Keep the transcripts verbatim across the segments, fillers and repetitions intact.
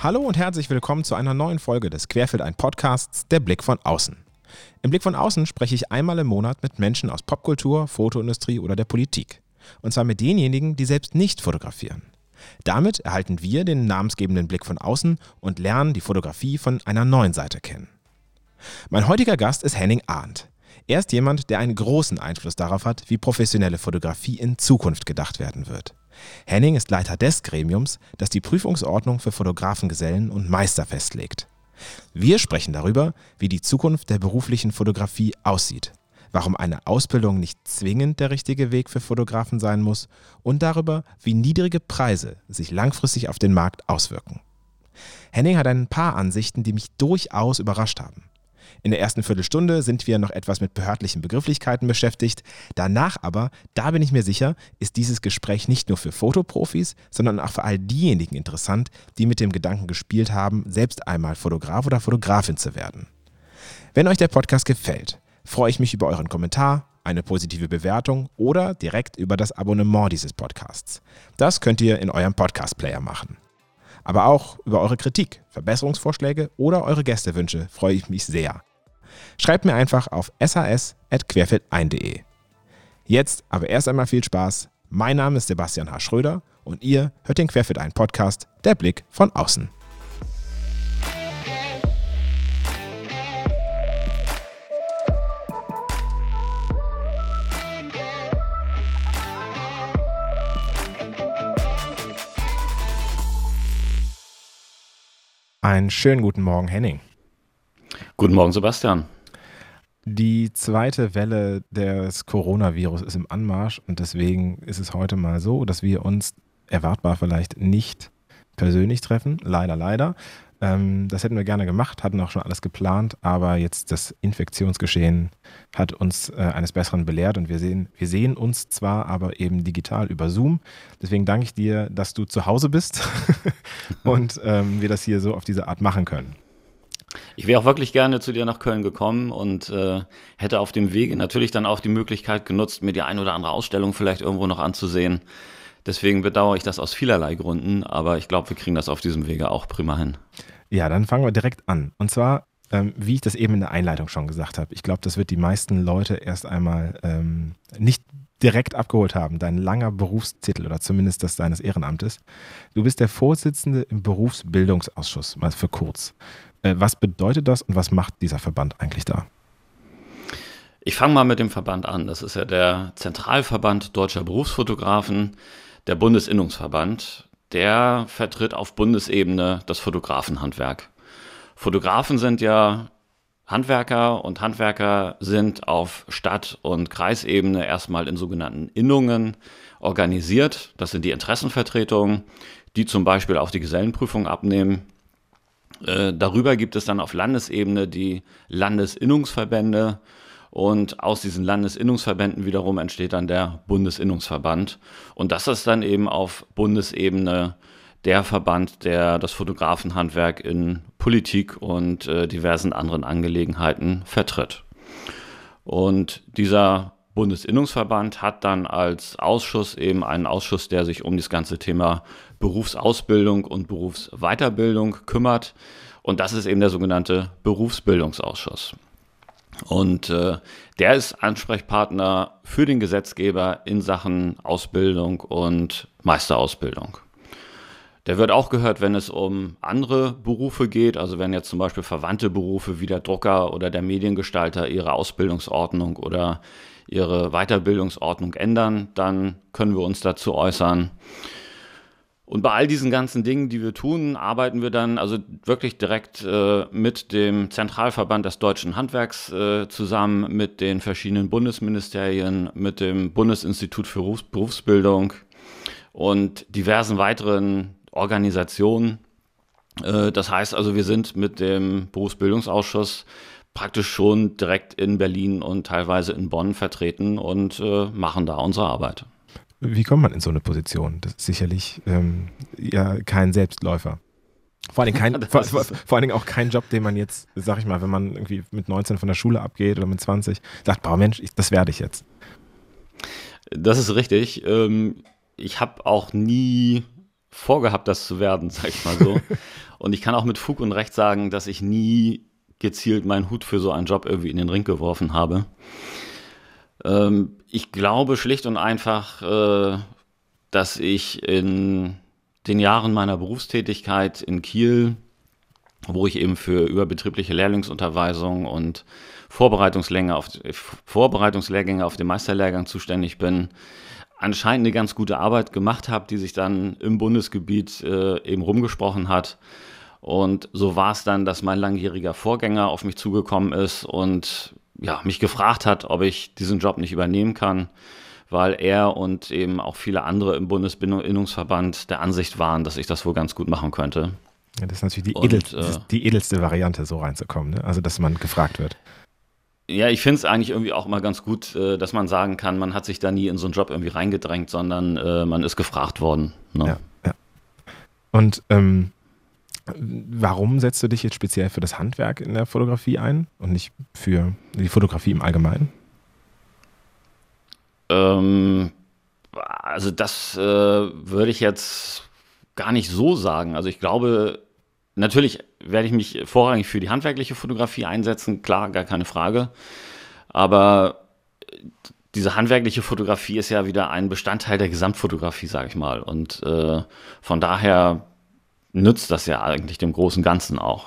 Hallo und herzlich willkommen zu einer neuen Folge des Querfeldein Podcasts Der Blick von außen. Im Blick von außen spreche ich einmal im Monat mit Menschen aus Popkultur, Fotoindustrie oder der Politik. Und zwar mit denjenigen, die selbst nicht fotografieren. Damit erhalten wir den namensgebenden Blick von außen und lernen die Fotografie von einer neuen Seite kennen. Mein heutiger Gast ist Henning Arndt. Er ist jemand, der einen großen Einfluss darauf hat, wie professionelle Fotografie in Zukunft gedacht werden wird. Henning ist Leiter des Gremiums, das die Prüfungsordnung für Fotografengesellen und Meister festlegt. Wir sprechen darüber, wie die Zukunft der beruflichen Fotografie aussieht, warum eine Ausbildung nicht zwingend der richtige Weg für Fotografen sein muss und darüber, wie niedrige Preise sich langfristig auf den Markt auswirken. Henning hat ein paar Ansichten, die mich durchaus überrascht haben. In der ersten Viertelstunde sind wir noch etwas mit behördlichen Begrifflichkeiten beschäftigt. Danach aber, da bin ich mir sicher, ist dieses Gespräch nicht nur für Fotoprofis, sondern auch für all diejenigen interessant, die mit dem Gedanken gespielt haben, selbst einmal Fotograf oder Fotografin zu werden. Wenn euch der Podcast gefällt, freue ich mich über euren Kommentar, eine positive Bewertung oder direkt über das Abonnement dieses Podcasts. Das könnt ihr in eurem Podcast-Player machen. Aber auch über eure Kritik, Verbesserungsvorschläge oder eure Gästewünsche freue ich mich sehr. Schreibt mir einfach auf s h s at querfeldein punkt de. Jetzt aber erst einmal viel Spaß. Mein Name ist Sebastian H. Schröder und ihr hört den Querfeldein Podcast Der Blick von außen. Einen schönen guten Morgen, Henning. Guten Morgen, Sebastian. Die zweite Welle des Coronavirus ist im Anmarsch und deswegen ist es heute mal so, dass wir uns erwartbar vielleicht nicht persönlich treffen. Leider, leider. Ähm, das hätten wir gerne gemacht, hatten auch schon alles geplant, aber jetzt das Infektionsgeschehen hat uns äh, eines Besseren belehrt und wir sehen, wir sehen uns zwar, aber eben digital über Zoom. Deswegen danke ich dir, dass du zu Hause bist und ähm, wir das hier so auf diese Art machen können. Ich wäre auch wirklich gerne zu dir nach Köln gekommen und äh, hätte auf dem Wege natürlich dann auch die Möglichkeit genutzt, mir die ein oder andere Ausstellung vielleicht irgendwo noch anzusehen. Deswegen bedauere ich das aus vielerlei Gründen, aber ich glaube, wir kriegen das auf diesem Wege auch prima hin. Ja, dann fangen wir direkt an. Und zwar, ähm, wie ich das eben in der Einleitung schon gesagt habe, ich glaube, das wird die meisten Leute erst einmal ähm, nicht direkt abgeholt haben, dein langer Berufstitel oder zumindest das deines Ehrenamtes. Du bist der Vorsitzende im Berufsbildungsausschuss, mal für kurz. Äh, was bedeutet das und was macht dieser Verband eigentlich da? Ich fange mal mit dem Verband an. Das ist ja der Zentralverband Deutscher Berufsfotografen, der Bundesinnungsverband. Der vertritt auf Bundesebene das Fotografenhandwerk. Fotografen sind ja Handwerker und Handwerker sind auf Stadt- und Kreisebene erstmal in sogenannten Innungen organisiert. Das sind die Interessenvertretungen, die zum Beispiel auch die Gesellenprüfung abnehmen. Äh, darüber gibt es dann auf Landesebene die Landesinnungsverbände. Und aus diesen Landesinnungsverbänden wiederum entsteht dann der Bundesinnungsverband. Und das ist dann eben auf Bundesebene der Verband, der das Fotografenhandwerk in Politik und äh, diversen anderen Angelegenheiten vertritt. Und dieser Bundesinnungsverband hat dann als Ausschuss eben einen Ausschuss, der sich um das ganze Thema Berufsausbildung und Berufsweiterbildung kümmert. Und das ist eben der sogenannte Berufsbildungsausschuss. Und äh, der ist Ansprechpartner für den Gesetzgeber in Sachen Ausbildung und Meisterausbildung. Der wird auch gehört, wenn es um andere Berufe geht, also wenn jetzt zum Beispiel verwandte Berufe wie der Drucker oder der Mediengestalter ihre Ausbildungsordnung oder ihre Weiterbildungsordnung ändern, dann können wir uns dazu äußern. Und bei all diesen ganzen Dingen, die wir tun, arbeiten wir dann also wirklich direkt äh, mit dem Zentralverband des deutschen Handwerks äh, zusammen, mit den verschiedenen Bundesministerien, mit dem Bundesinstitut für Berufs- Berufsbildung und diversen weiteren Organisationen. Äh, das heißt also, wir sind mit dem Berufsbildungsausschuss praktisch schon direkt in Berlin und teilweise in Bonn vertreten und äh, machen da unsere Arbeit. Wie kommt man in so eine Position? Das ist sicherlich ähm, ja kein Selbstläufer. Vor allen, Dingen kein, vor, vor, vor allen Dingen auch kein Job, den man jetzt, sag ich mal, wenn man irgendwie mit neunzehn von der Schule abgeht oder mit zwanzig, sagt, boah Mensch, ich, das werde ich jetzt. Das ist richtig. Ich habe auch nie vorgehabt, das zu werden, sag ich mal so. Und ich kann auch mit Fug und Recht sagen, dass ich nie gezielt meinen Hut für so einen Job irgendwie in den Ring geworfen habe. Ähm, ich glaube schlicht und einfach, äh, dass ich in den Jahren meiner Berufstätigkeit in Kiel, wo ich eben für überbetriebliche Lehrlingsunterweisung und Vorbereitungslehrgänge auf, Vorbereitungslehrgänge auf dem Meisterlehrgang zuständig bin, anscheinend eine ganz gute Arbeit gemacht habe, die sich dann im Bundesgebiet äh, eben rumgesprochen hat. Und so war es dann, dass mein langjähriger Vorgänger auf mich zugekommen ist und ja, mich gefragt hat, ob ich diesen Job nicht übernehmen kann, weil er und eben auch viele andere im Bundesinnungsverband der Ansicht waren, dass ich das wohl ganz gut machen könnte. Ja, das ist natürlich die, und, edelste, äh, die edelste Variante, so reinzukommen, ne? Also, dass man gefragt wird. Ja, ich finde es eigentlich irgendwie auch immer ganz gut, äh, dass man sagen kann, man hat sich da nie in so einen Job irgendwie reingedrängt, sondern äh, man ist gefragt worden. Ne? Ja, ja. Und ähm, warum setzt du dich jetzt speziell für das Handwerk in der Fotografie ein und nicht für die Fotografie im Allgemeinen? Ähm, also das äh, würde ich jetzt gar nicht so sagen. Also ich glaube, natürlich werde ich mich vorrangig für die handwerkliche Fotografie einsetzen, klar, gar keine Frage. Aber diese handwerkliche Fotografie ist ja wieder ein Bestandteil der Gesamtfotografie, sage ich mal. Und äh, von daher nützt das ja eigentlich dem großen Ganzen auch.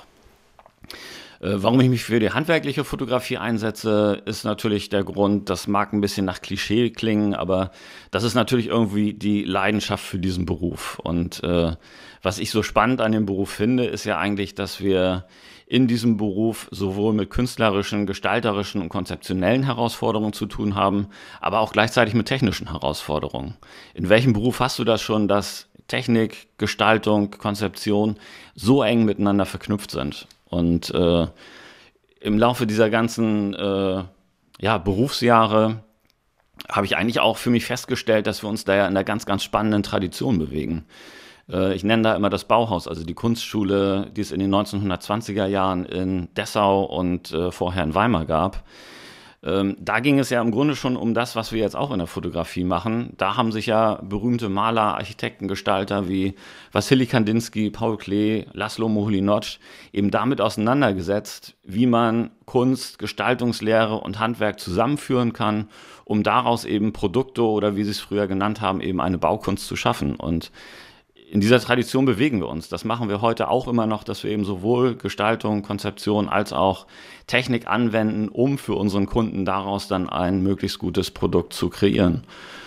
Äh, warum ich mich für die handwerkliche Fotografie einsetze, ist natürlich der Grund, das mag ein bisschen nach Klischee klingen, aber das ist natürlich irgendwie die Leidenschaft für diesen Beruf. Und äh, was ich so spannend an dem Beruf finde, ist ja eigentlich, dass wir in diesem Beruf sowohl mit künstlerischen, gestalterischen und konzeptionellen Herausforderungen zu tun haben, aber auch gleichzeitig mit technischen Herausforderungen. In welchem Beruf hast du das schon, dass Technik, Gestaltung, Konzeption so eng miteinander verknüpft sind? Und äh, im Laufe dieser ganzen äh, ja, Berufsjahre habe ich eigentlich auch für mich festgestellt, dass wir uns da ja in einer ganz, ganz spannenden Tradition bewegen. Äh, ich nenne da immer das Bauhaus, also die Kunstschule, die es in den neunzehnhundertzwanziger Jahren in Dessau und äh, vorher in Weimar gab. Ähm, da ging es ja im Grunde schon um das, was wir jetzt auch in der Fotografie machen. Da haben sich ja berühmte Maler, Architekten, Gestalter wie Wassily Kandinsky, Paul Klee, Laszlo Moholy-Nagy eben damit auseinandergesetzt, wie man Kunst, Gestaltungslehre und Handwerk zusammenführen kann, um daraus eben Produkte oder wie sie es früher genannt haben, eben eine Baukunst zu schaffen. Und in dieser Tradition bewegen wir uns. Das machen wir heute auch immer noch, dass wir eben sowohl Gestaltung, Konzeption als auch Technik anwenden, um für unseren Kunden daraus dann ein möglichst gutes Produkt zu kreieren.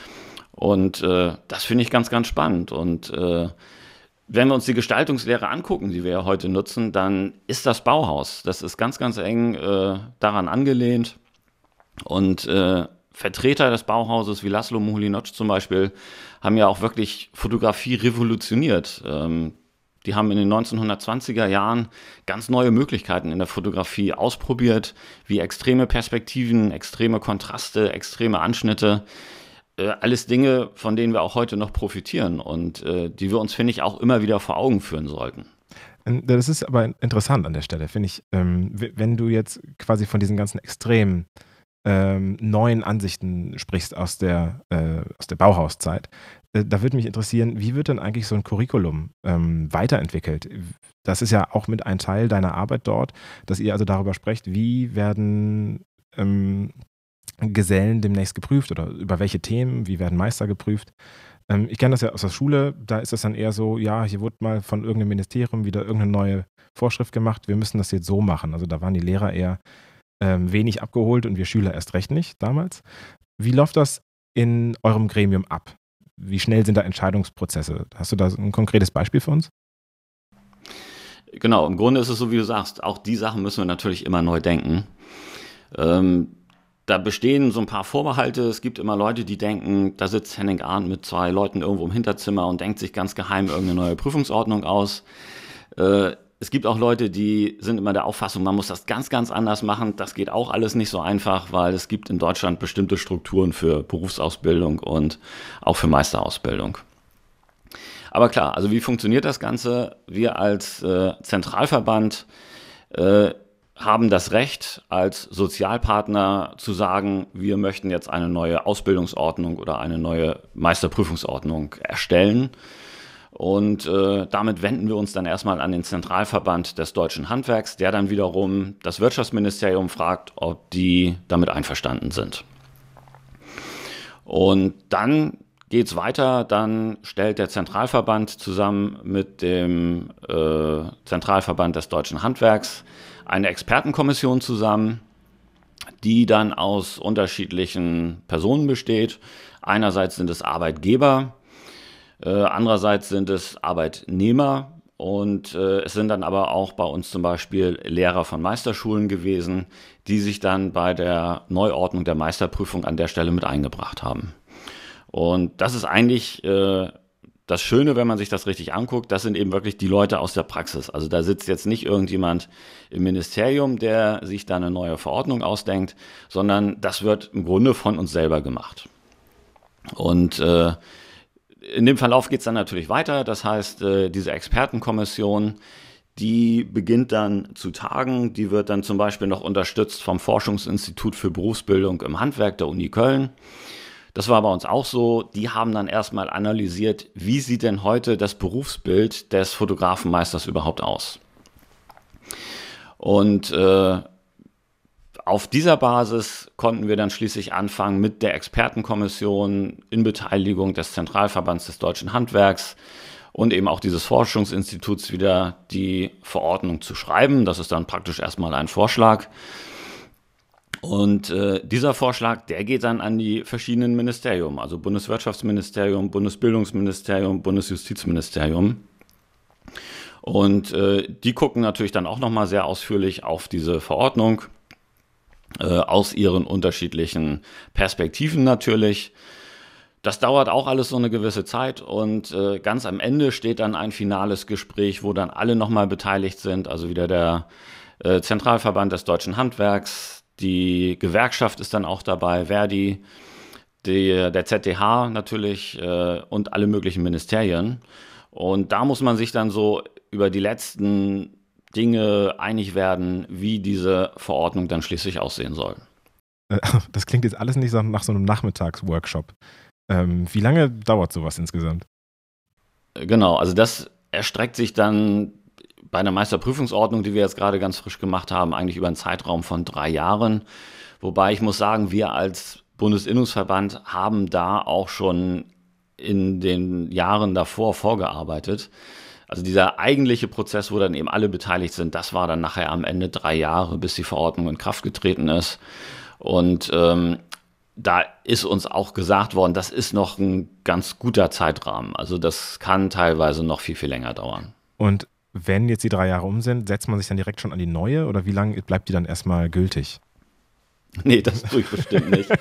Und äh, das finde ich ganz, ganz spannend. Und äh, wenn wir uns die Gestaltungslehre angucken, die wir ja heute nutzen, dann ist das Bauhaus. Das ist ganz, ganz eng äh, daran angelehnt. Und äh, Vertreter des Bauhauses wie Laszlo Moholy-Nagy zum Beispiel haben ja auch wirklich Fotografie revolutioniert. Ähm, die haben in den neunzehnhundertzwanziger Jahren ganz neue Möglichkeiten in der Fotografie ausprobiert, wie extreme Perspektiven, extreme Kontraste, extreme Anschnitte. Äh, alles Dinge, von denen wir auch heute noch profitieren und äh, die wir uns, finde ich, auch immer wieder vor Augen führen sollten. Das ist aber interessant an der Stelle, finde ich. Ähm, wenn du jetzt quasi von diesen ganzen Extremen Ähm, neuen Ansichten sprichst aus der, äh, aus der Bauhauszeit. Äh, da würde mich interessieren, wie wird denn eigentlich so ein Curriculum ähm, weiterentwickelt? Das ist ja auch mit ein Teil deiner Arbeit dort, dass ihr also darüber sprecht, wie werden ähm, Gesellen demnächst geprüft oder über welche Themen, wie werden Meister geprüft. Ähm, ich kenne das ja aus der Schule, da ist das dann eher so, ja, hier wurde mal von irgendeinem Ministerium wieder irgendeine neue Vorschrift gemacht, wir müssen das jetzt so machen. Also da waren die Lehrer eher Ähm, wenig abgeholt und wir Schüler erst recht nicht damals. Wie läuft das in eurem Gremium ab? Wie schnell sind da Entscheidungsprozesse? Hast du da ein konkretes Beispiel für uns? Genau, im Grunde ist es so, wie du sagst, auch die Sachen müssen wir natürlich immer neu denken. Ähm, da bestehen so ein paar Vorbehalte. Es gibt immer Leute, die denken, da sitzt Henning Arndt mit zwei Leuten irgendwo im Hinterzimmer und denkt sich ganz geheim irgendeine neue Prüfungsordnung aus. Äh, Es gibt auch Leute, die sind immer der Auffassung, man muss das ganz, ganz anders machen. Das geht auch alles nicht so einfach, weil es gibt in Deutschland bestimmte Strukturen für Berufsausbildung und auch für Meisterausbildung. Aber klar, also wie funktioniert das Ganze? Wir als äh, Zentralverband äh, haben das Recht, als Sozialpartner zu sagen, wir möchten jetzt eine neue Ausbildungsordnung oder eine neue Meisterprüfungsordnung erstellen. Und äh, damit wenden wir uns dann erstmal an den Zentralverband des Deutschen Handwerks, der dann wiederum das Wirtschaftsministerium fragt, ob die damit einverstanden sind. Und dann geht es weiter, dann stellt der Zentralverband zusammen mit dem äh, Zentralverband des Deutschen Handwerks eine Expertenkommission zusammen, die dann aus unterschiedlichen Personen besteht. Einerseits sind es Arbeitgeber, Äh, andererseits sind es Arbeitnehmer und äh, es sind dann aber auch bei uns zum Beispiel Lehrer von Meisterschulen gewesen, die sich dann bei der Neuordnung der Meisterprüfung an der Stelle mit eingebracht haben. Und das ist eigentlich äh, das Schöne, wenn man sich das richtig anguckt, das sind eben wirklich die Leute aus der Praxis. Also da sitzt jetzt nicht irgendjemand im Ministerium, der sich da eine neue Verordnung ausdenkt, sondern das wird im Grunde von uns selber gemacht. Und äh, in dem Verlauf geht es dann natürlich weiter. Das heißt, diese Expertenkommission, die beginnt dann zu tagen. Die wird dann zum Beispiel noch unterstützt vom Forschungsinstitut für Berufsbildung im Handwerk der Uni Köln. Das war bei uns auch so. Die haben dann erstmal analysiert, wie sieht denn heute das Berufsbild des Fotografenmeisters überhaupt aus? Und äh, auf dieser Basis konnten wir dann schließlich anfangen, mit der Expertenkommission in Beteiligung des Zentralverbands des Deutschen Handwerks und eben auch dieses Forschungsinstituts wieder die Verordnung zu schreiben. Das ist dann praktisch erstmal ein Vorschlag. Und äh, dieser Vorschlag, der geht dann an die verschiedenen Ministerien, also Bundeswirtschaftsministerium, Bundesbildungsministerium, Bundesjustizministerium. Und äh, die gucken natürlich dann auch nochmal sehr ausführlich auf diese Verordnung, aus ihren unterschiedlichen Perspektiven natürlich. Das dauert auch alles so eine gewisse Zeit und äh, ganz am Ende steht dann ein finales Gespräch, wo dann alle nochmal beteiligt sind, also wieder der äh, Zentralverband des Deutschen Handwerks, die Gewerkschaft ist dann auch dabei, Verdi, die, der Z D H natürlich äh, und alle möglichen Ministerien. Und da muss man sich dann so über die letzten Dinge einig werden, wie diese Verordnung dann schließlich aussehen soll. Das klingt jetzt alles nicht nach so einem Nachmittagsworkshop. Ähm, wie lange dauert sowas insgesamt? Genau, also das erstreckt sich dann bei einer Meisterprüfungsordnung, die wir jetzt gerade ganz frisch gemacht haben, eigentlich über einen Zeitraum von drei Jahren. Wobei ich muss sagen, wir als Bundesinnungsverband haben da auch schon in den Jahren davor vorgearbeitet. Also dieser eigentliche Prozess, wo dann eben alle beteiligt sind, das war dann nachher am Ende drei Jahre, bis die Verordnung in Kraft getreten ist. Und ähm, da ist uns auch gesagt worden, das ist noch ein ganz guter Zeitrahmen. Also das kann teilweise noch viel, viel länger dauern. Und wenn jetzt die drei Jahre um sind, setzt man sich dann direkt schon an die neue oder wie lange bleibt die dann erstmal gültig? Nee, das tue ich bestimmt nicht.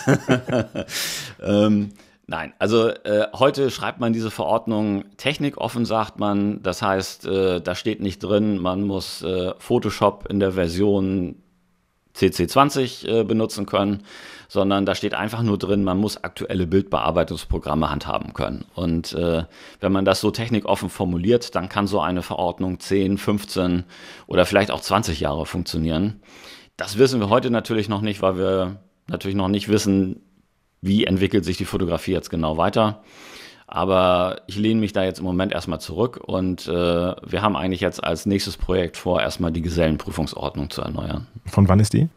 ähm, Nein, also äh, heute schreibt man diese Verordnung technikoffen, sagt man. Das heißt, äh, da steht nicht drin, man muss äh, Photoshop in der Version C C zwanzig äh, benutzen können, sondern da steht einfach nur drin, man muss aktuelle Bildbearbeitungsprogramme handhaben können. Und äh, wenn man das so technikoffen formuliert, dann kann so eine Verordnung zehn, fünfzehn oder vielleicht auch zwanzig Jahre funktionieren. Das wissen wir heute natürlich noch nicht, weil wir natürlich noch nicht wissen, wie entwickelt sich die Fotografie jetzt genau weiter. Aber ich lehne mich da jetzt im Moment erstmal zurück und äh, wir haben eigentlich jetzt als nächstes Projekt vor, erstmal die Gesellenprüfungsordnung zu erneuern. Von wann ist die?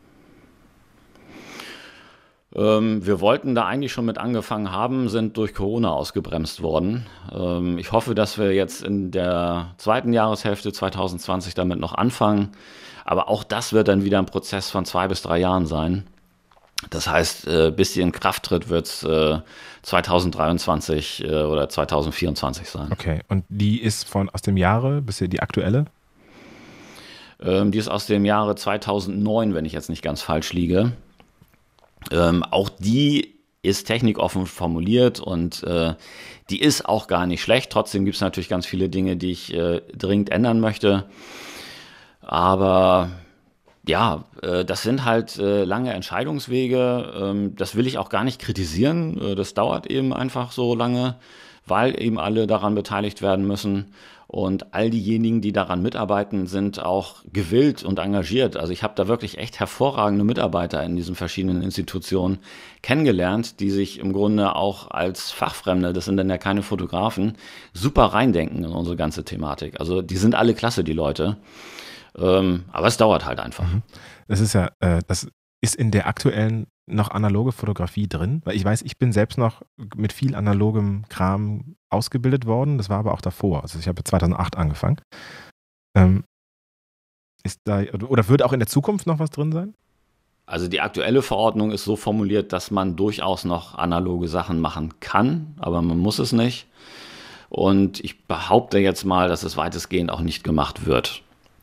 Ähm, wir wollten da eigentlich schon mit angefangen haben, sind durch Corona ausgebremst worden. Ähm, ich hoffe, dass wir jetzt in der zweiten Jahreshälfte zwanzig zwanzig damit noch anfangen. Aber auch das wird dann wieder ein Prozess von zwei bis drei Jahren sein. Das heißt, äh, bis die in Kraft tritt, wird es äh, zwanzig dreiundzwanzig äh, oder zwanzig vierundzwanzig sein. Okay, und die ist von aus dem Jahre, bis die aktuelle? Ähm, die ist aus dem Jahre zweitausendneun, wenn ich jetzt nicht ganz falsch liege. Ähm, auch die ist technikoffen formuliert und äh, die ist auch gar nicht schlecht. Trotzdem gibt es natürlich ganz viele Dinge, die ich äh, dringend ändern möchte. Aber ja, äh, das sind halt äh, lange Entscheidungswege. Ähm, das will ich auch gar nicht kritisieren. Äh, das dauert eben einfach so lange, weil eben alle daran beteiligt werden müssen. Und all diejenigen, die daran mitarbeiten, sind auch gewillt und engagiert. Also ich habe da wirklich echt hervorragende Mitarbeiter in diesen verschiedenen Institutionen kennengelernt, die sich im Grunde auch als Fachfremde, das sind dann ja keine Fotografen, super reindenken in unsere ganze Thematik. Also die sind alle klasse, die Leute. Ähm, aber es dauert halt einfach. Das ist ja, äh, das ist in der aktuellen noch analoge Fotografie drin? Weil ich weiß, ich bin selbst noch mit viel analogem Kram ausgebildet worden. Das war aber auch davor. Also ich habe zweitausendacht angefangen. Ähm, ist da, oder wird auch in der Zukunft noch was drin sein? Also die aktuelle Verordnung ist so formuliert, dass man durchaus noch analoge Sachen machen kann, aber man muss es nicht. Und ich behaupte jetzt mal, dass es weitestgehend auch nicht gemacht wird.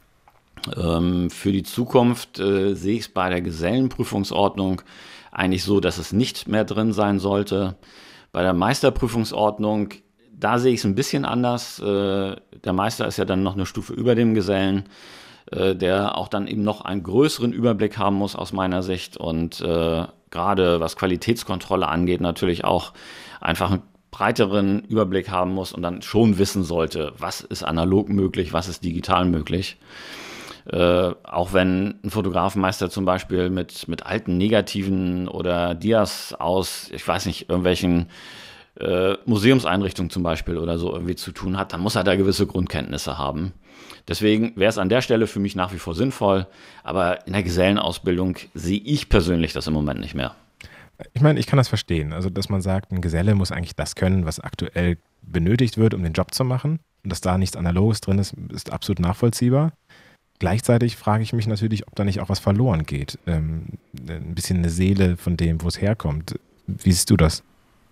Ähm, für die Zukunft äh, sehe ich es bei der Gesellenprüfungsordnung eigentlich so, dass es nicht mehr drin sein sollte. Bei der Meisterprüfungsordnung, da sehe ich es ein bisschen anders. Äh, der Meister ist ja dann noch eine Stufe über dem Gesellen, äh, der auch dann eben noch einen größeren Überblick haben muss aus meiner Sicht und äh, gerade was Qualitätskontrolle angeht, natürlich auch einfach einen breiteren Überblick haben muss und dann schon wissen sollte, was ist analog möglich, was ist digital möglich. Äh, auch wenn ein Fotografenmeister zum Beispiel mit, mit alten Negativen oder Dias aus, ich weiß nicht, irgendwelchen äh, Museumseinrichtungen zum Beispiel oder so irgendwie zu tun hat, dann muss er da gewisse Grundkenntnisse haben. Deswegen wäre es an der Stelle für mich nach wie vor sinnvoll, aber in der Gesellenausbildung sehe ich persönlich das im Moment nicht mehr. Ich meine, ich kann das verstehen. Also, dass man sagt, ein Geselle muss eigentlich das können, was aktuell benötigt wird, um den Job zu machen. Und dass da nichts Analoges drin ist, ist absolut nachvollziehbar. Gleichzeitig frage ich mich natürlich, ob da nicht auch was verloren geht. Ähm, ein bisschen eine Seele von dem, wo es herkommt. Wie siehst du das?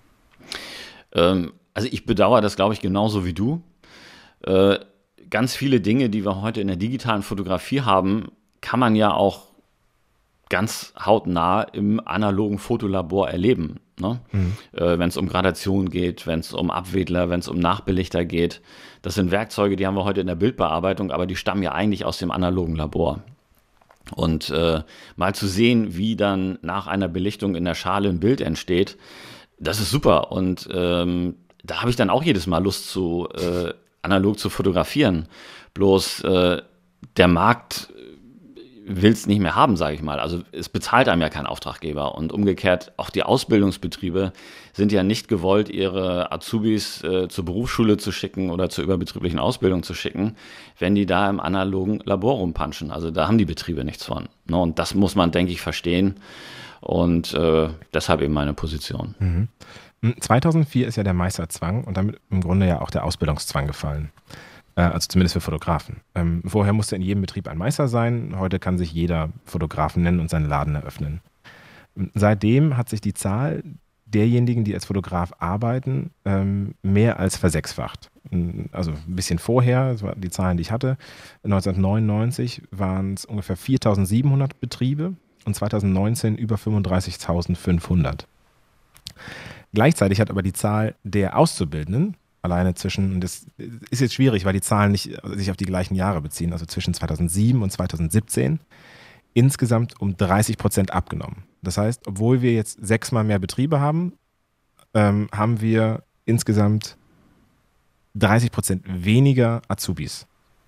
Ähm, also ich bedauere das, glaube ich, genauso wie du. Äh, ganz viele Dinge, die wir heute in der digitalen Fotografie haben, kann man ja auch ganz hautnah im analogen Fotolabor erleben. Ne? Mhm. Äh, wenn es um Gradation geht, wenn es um Abwedler, wenn es um Nachbelichter geht. Das sind Werkzeuge, die haben wir heute in der Bildbearbeitung, aber die stammen ja eigentlich aus dem analogen Labor. Und äh, mal zu sehen, wie dann nach einer Belichtung in der Schale ein Bild entsteht, das ist super. Und ähm, da habe ich dann auch jedes Mal Lust, zu äh, analog zu fotografieren. Bloß äh, der Markt will es nicht mehr haben, sage ich mal. Also es bezahlt einem ja kein Auftraggeber. Und umgekehrt, auch die Ausbildungsbetriebe sind ja nicht gewollt, ihre Azubis äh, zur Berufsschule zu schicken oder zur überbetrieblichen Ausbildung zu schicken, wenn die da im analogen Labor rumpanschen. Also da haben die Betriebe nichts von. Ne? Und das muss man, denke ich, verstehen. Und äh, deshalb eben meine Position. Mhm. zweitausendvier ist ja der Meisterzwang und damit im Grunde ja auch der Ausbildungszwang gefallen. Also zumindest für Fotografen. Ähm, vorher musste in jedem Betrieb ein Meister sein. Heute kann sich jeder Fotografen nennen und seinen Laden eröffnen. Seitdem hat sich die Zahl derjenigen, die als Fotograf arbeiten, ähm, mehr als versechsfacht. Also ein bisschen vorher, das waren die Zahlen, die ich hatte, neunzehnhundertneunundneunzig waren es ungefähr viertausendsiebenhundert Betriebe und zweitausendneunzehn über fünfunddreißigtausendfünfhundert. Gleichzeitig hat aber die Zahl der Auszubildenden alleine zwischen, das ist jetzt schwierig, weil die Zahlen nicht sich auf die gleichen Jahre beziehen, also zwischen zweitausendsieben und zweitausendsiebzehn, insgesamt um dreißig Prozent abgenommen. Das heißt, obwohl wir jetzt sechsmal mehr Betriebe haben, ähm, haben wir insgesamt dreißig Prozent weniger Azubis.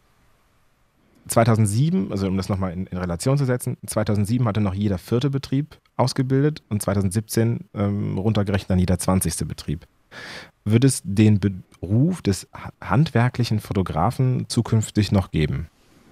zweitausendsieben, also um das nochmal in, in Relation zu setzen, zweitausendsieben hatte noch jeder vierte Betrieb ausgebildet und zweitausendsiebzehn ähm, runtergerechnet dann jeder zwanzigste Betrieb. Wird es den Beruf des handwerklichen Fotografen zukünftig noch geben?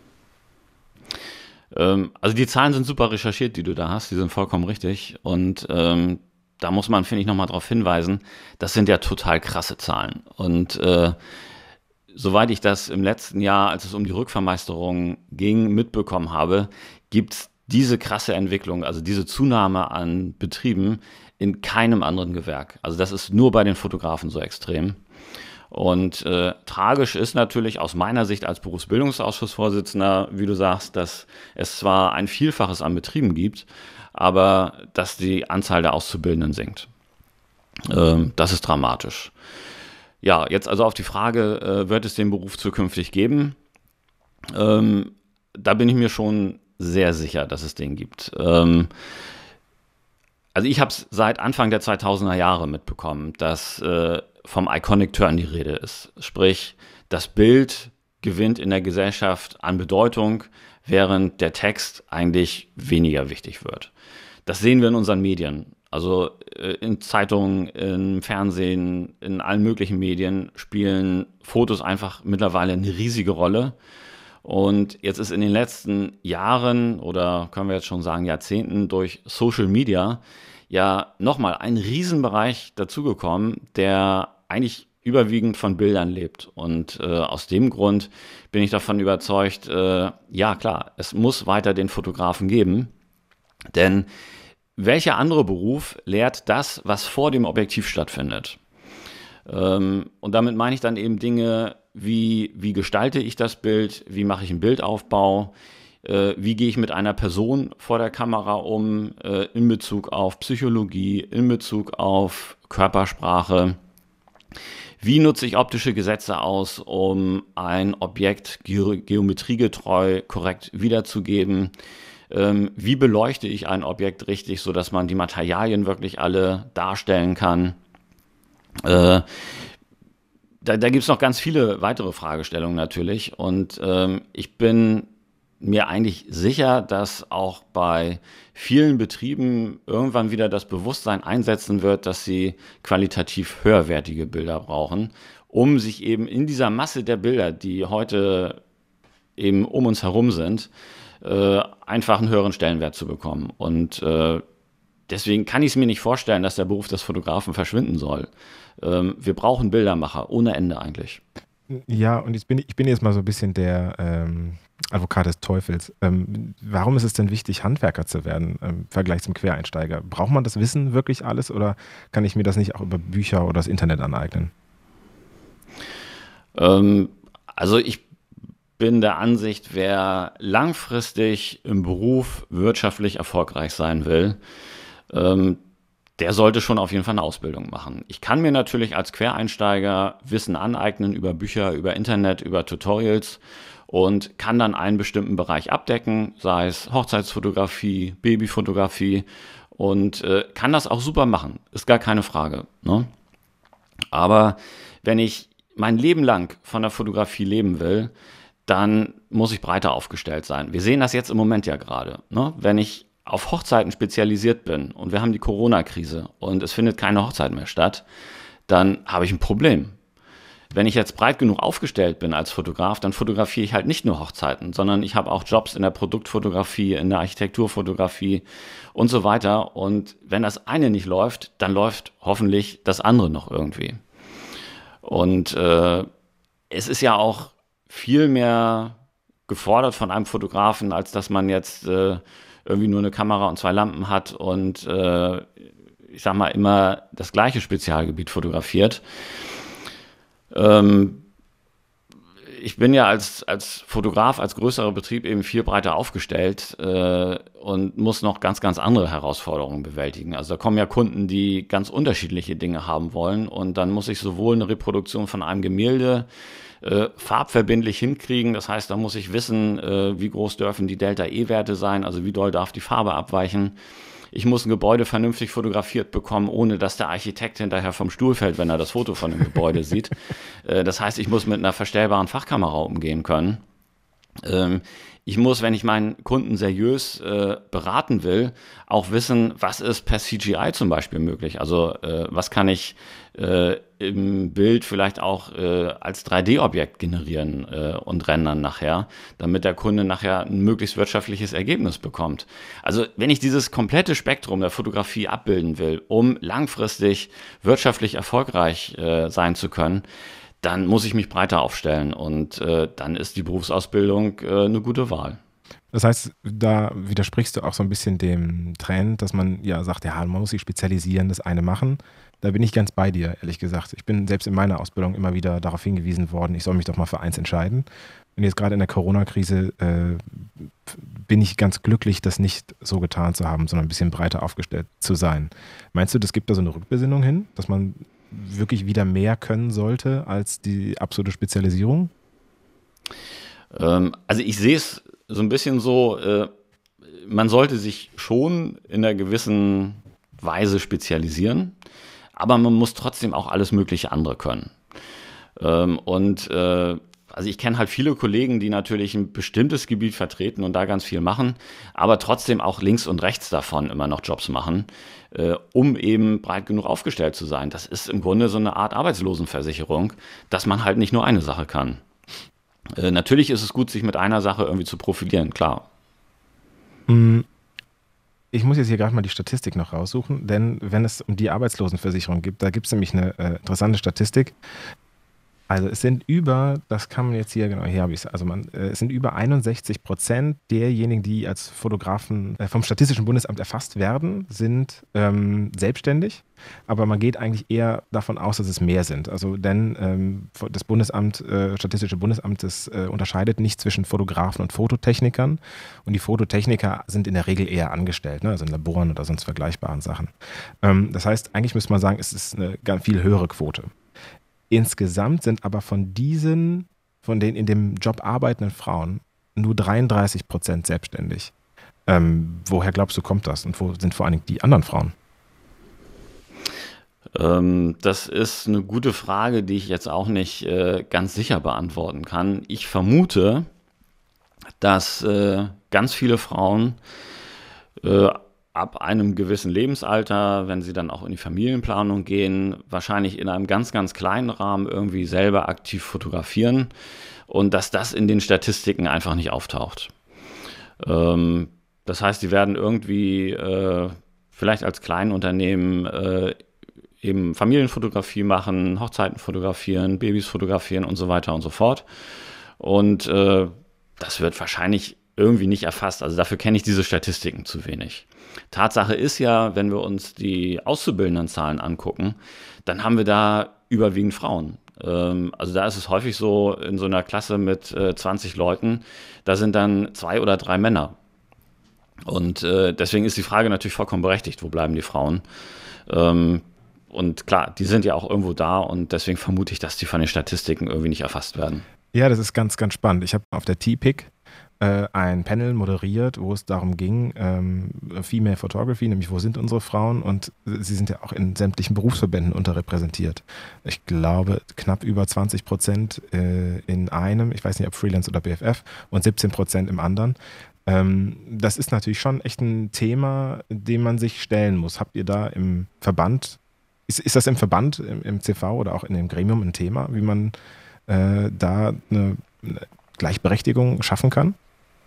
Ähm, also die Zahlen sind super recherchiert, die du da hast, die sind vollkommen richtig. Und ähm, da muss man, finde ich, nochmal darauf hinweisen, das sind ja total krasse Zahlen. Und äh, soweit ich das im letzten Jahr, als es um die Rückvermeisterung ging, mitbekommen habe, gibt es diese krasse Entwicklung, also diese Zunahme an Betrieben in keinem anderen Gewerk. Also das ist nur bei den Fotografen so extrem. Und äh, tragisch ist natürlich aus meiner Sicht als Berufsbildungsausschussvorsitzender, wie du sagst, dass es zwar ein Vielfaches an Betrieben gibt, aber dass die Anzahl der Auszubildenden sinkt. Ähm, das ist dramatisch. Ja, jetzt also auf die Frage, äh, wird es den Beruf zukünftig geben? Ähm, da bin ich mir schon sehr sicher, dass es den gibt. Ähm, also ich habe es seit Anfang der zweitausender Jahre mitbekommen, dass äh, vom Iconic Turn die Rede ist. Sprich, das Bild gewinnt in der Gesellschaft an Bedeutung, während der Text eigentlich weniger wichtig wird. Das sehen wir in unseren Medien. Also in Zeitungen, im Fernsehen, in allen möglichen Medien spielen Fotos einfach mittlerweile eine riesige Rolle. Und jetzt ist in den letzten Jahren oder können wir jetzt schon sagen Jahrzehnten durch Social Media ja nochmal ein Riesenbereich dazugekommen, der eigentlich überwiegend von Bildern lebt. Und äh, aus dem Grund bin ich davon überzeugt, äh, ja klar, es muss weiter den Fotografen geben, denn welcher andere Beruf lehrt das, was vor dem Objektiv stattfindet? Ähm, und damit meine ich dann eben Dinge wie, wie gestalte ich das Bild, wie mache ich einen Bildaufbau, äh, wie gehe ich mit einer Person vor der Kamera um, äh, in Bezug auf Psychologie, in Bezug auf Körpersprache. Wie nutze ich optische Gesetze aus, um ein Objekt ge- geometriegetreu korrekt wiederzugeben? Ähm, wie beleuchte ich ein Objekt richtig, sodass man die Materialien wirklich alle darstellen kann? Äh, da da gibt es noch ganz viele weitere Fragestellungen natürlich. Und ähm, ich bin mir eigentlich sicher, dass auch bei vielen Betrieben irgendwann wieder das Bewusstsein einsetzen wird, dass sie qualitativ höherwertige Bilder brauchen, um sich eben in dieser Masse der Bilder, die heute eben um uns herum sind, äh, einfach einen höheren Stellenwert zu bekommen. Und äh, deswegen kann ich es mir nicht vorstellen, dass der Beruf des Fotografen verschwinden soll. Ähm, wir brauchen Bildermacher ohne Ende eigentlich. Ja, und ich bin, ich bin jetzt mal so ein bisschen der ähm, Advokat des Teufels. Ähm, warum ist es denn wichtig, Handwerker zu werden im Vergleich zum Quereinsteiger? Braucht man das Wissen wirklich alles oder kann ich mir das nicht auch über Bücher oder das Internet aneignen? Ähm, also ich bin der Ansicht, wer langfristig im Beruf wirtschaftlich erfolgreich sein will, ähm, der sollte schon auf jeden Fall eine Ausbildung machen. Ich kann mir natürlich als Quereinsteiger Wissen aneignen über Bücher, über Internet, über Tutorials und kann dann einen bestimmten Bereich abdecken, sei es Hochzeitsfotografie, Babyfotografie und äh, kann das auch super machen, ist gar keine Frage, ne? Aber wenn ich mein Leben lang von der Fotografie leben will, dann muss ich breiter aufgestellt sein. Wir sehen das jetzt im Moment ja gerade, ne? Wenn ich auf Hochzeiten spezialisiert bin und wir haben die Corona-Krise und es findet keine Hochzeit mehr statt, dann habe ich ein Problem. Wenn ich jetzt breit genug aufgestellt bin als Fotograf, dann fotografiere ich halt nicht nur Hochzeiten, sondern ich habe auch Jobs in der Produktfotografie, in der Architekturfotografie und so weiter. Und wenn das eine nicht läuft, dann läuft hoffentlich das andere noch irgendwie. Und äh, es ist ja auch viel mehr gefordert von einem Fotografen, als dass man jetzt äh, irgendwie nur eine Kamera und zwei Lampen hat und äh, ich sag mal immer das gleiche Spezialgebiet fotografiert. Ähm, ich bin ja als, als Fotograf, als größerer Betrieb eben viel breiter aufgestellt äh, und muss noch ganz, ganz andere Herausforderungen bewältigen. Also da kommen ja Kunden, die ganz unterschiedliche Dinge haben wollen und dann muss ich sowohl eine Reproduktion von einem Gemälde Äh, farbverbindlich hinkriegen. Das heißt, da muss ich wissen, äh, wie groß dürfen die Delta-E-Werte sein, also wie doll darf die Farbe abweichen. Ich muss ein Gebäude vernünftig fotografiert bekommen, ohne dass der Architekt hinterher vom Stuhl fällt, wenn er das Foto von dem Gebäude sieht. Äh, das heißt, ich muss mit einer verstellbaren Fachkamera umgehen können. Ähm, ich muss, wenn ich meinen Kunden seriös äh, beraten will, auch wissen, was ist per C G I zum Beispiel möglich. Also äh, was kann ich äh, im Bild vielleicht auch äh, als drei D-Objekt generieren äh, und rendern nachher, damit der Kunde nachher ein möglichst wirtschaftliches Ergebnis bekommt. Also wenn ich dieses komplette Spektrum der Fotografie abbilden will, um langfristig wirtschaftlich erfolgreich äh, sein zu können, dann muss ich mich breiter aufstellen und äh, dann ist die Berufsausbildung äh, eine gute Wahl. Das heißt, da widersprichst du auch so ein bisschen dem Trend, dass man ja sagt, ja, man muss sich spezialisieren, das eine machen. Da bin ich ganz bei dir, ehrlich gesagt. Ich bin selbst in meiner Ausbildung immer wieder darauf hingewiesen worden, ich soll mich doch mal für eins entscheiden. Und jetzt gerade in der Corona-Krise äh, bin ich ganz glücklich, das nicht so getan zu haben, sondern ein bisschen breiter aufgestellt zu sein. Meinst du, das gibt da so eine Rückbesinnung hin, dass man wirklich wieder mehr können sollte als die absolute Spezialisierung? Ähm, also ich sehe es so ein bisschen so, äh, man sollte sich schon in einer gewissen Weise spezialisieren, aber man muss trotzdem auch alles mögliche andere können. Ähm, und äh, also ich kenne halt viele Kollegen, die natürlich ein bestimmtes Gebiet vertreten und da ganz viel machen, aber trotzdem auch links und rechts davon immer noch Jobs machen, äh, um eben breit genug aufgestellt zu sein. Das ist im Grunde so eine Art Arbeitslosenversicherung, dass man halt nicht nur eine Sache kann. Äh, natürlich ist es gut, sich mit einer Sache irgendwie zu profilieren, klar. Ich muss jetzt hier gerade mal die Statistik noch raussuchen, denn wenn es um die Arbeitslosenversicherung geht, da gibt es nämlich eine äh, interessante Statistik. Also es sind über, das kann man jetzt hier, genau, hier habe ich es, also man, äh, es sind über einundsechzig Prozent derjenigen, die als Fotografen äh, vom Statistischen Bundesamt erfasst werden, sind ähm, selbstständig. Aber man geht eigentlich eher davon aus, dass es mehr sind. Also denn ähm, das Bundesamt, äh, Statistische Bundesamt, das äh, unterscheidet nicht zwischen Fotografen und Fototechnikern. Und die Fototechniker sind in der Regel eher angestellt, ne? Also in Laboren oder sonst vergleichbaren Sachen. Ähm, das heißt, eigentlich müsste man sagen, es ist eine ganz viel höhere Quote. Insgesamt sind aber von diesen, von den in dem Job arbeitenden Frauen nur dreiunddreißig Prozent selbstständig. Ähm, woher glaubst du, kommt das? Und wo sind vor allen Dingen die anderen Frauen? Ähm, das ist eine gute Frage, die ich jetzt auch nicht äh, ganz sicher beantworten kann. Ich vermute, dass äh, ganz viele Frauen äh, ab einem gewissen Lebensalter, wenn sie dann auch in die Familienplanung gehen, wahrscheinlich in einem ganz, ganz kleinen Rahmen irgendwie selber aktiv fotografieren und dass das in den Statistiken einfach nicht auftaucht. Ähm, das heißt, die werden irgendwie äh, vielleicht als Kleinunternehmen äh, eben Familienfotografie machen, Hochzeiten fotografieren, Babys fotografieren und so weiter und so fort. Und äh, das wird wahrscheinlich irgendwie nicht erfasst. Also dafür kenne ich diese Statistiken zu wenig. Tatsache ist ja, wenn wir uns die Auszubildendenzahlen angucken, dann haben wir da überwiegend Frauen. Ähm, also da ist es häufig so, in so einer Klasse mit äh, zwanzig Leuten, da sind dann zwei oder drei Männer. Und äh, deswegen ist die Frage natürlich vollkommen berechtigt, wo bleiben die Frauen? Ähm, und klar, die sind ja auch irgendwo da und deswegen vermute ich, dass die von den Statistiken irgendwie nicht erfasst werden. Ja, das ist ganz, ganz spannend. Ich habe auf der T-Pick äh, ein Panel moderiert, wo es darum ging, ähm, Female Photography, nämlich wo sind unsere Frauen, und sie sind ja auch in sämtlichen Berufsverbänden unterrepräsentiert. Ich glaube knapp über zwanzig Prozent äh, in einem, ich weiß nicht ob Freelance oder B F F, und siebzehn Prozent im anderen. Ähm, das ist natürlich schon echt ein Thema, dem man sich stellen muss. Habt ihr da im Verband, ist, ist das im Verband, im, im C V oder auch in dem Gremium ein Thema, wie man äh, da eine, eine Gleichberechtigung schaffen kann?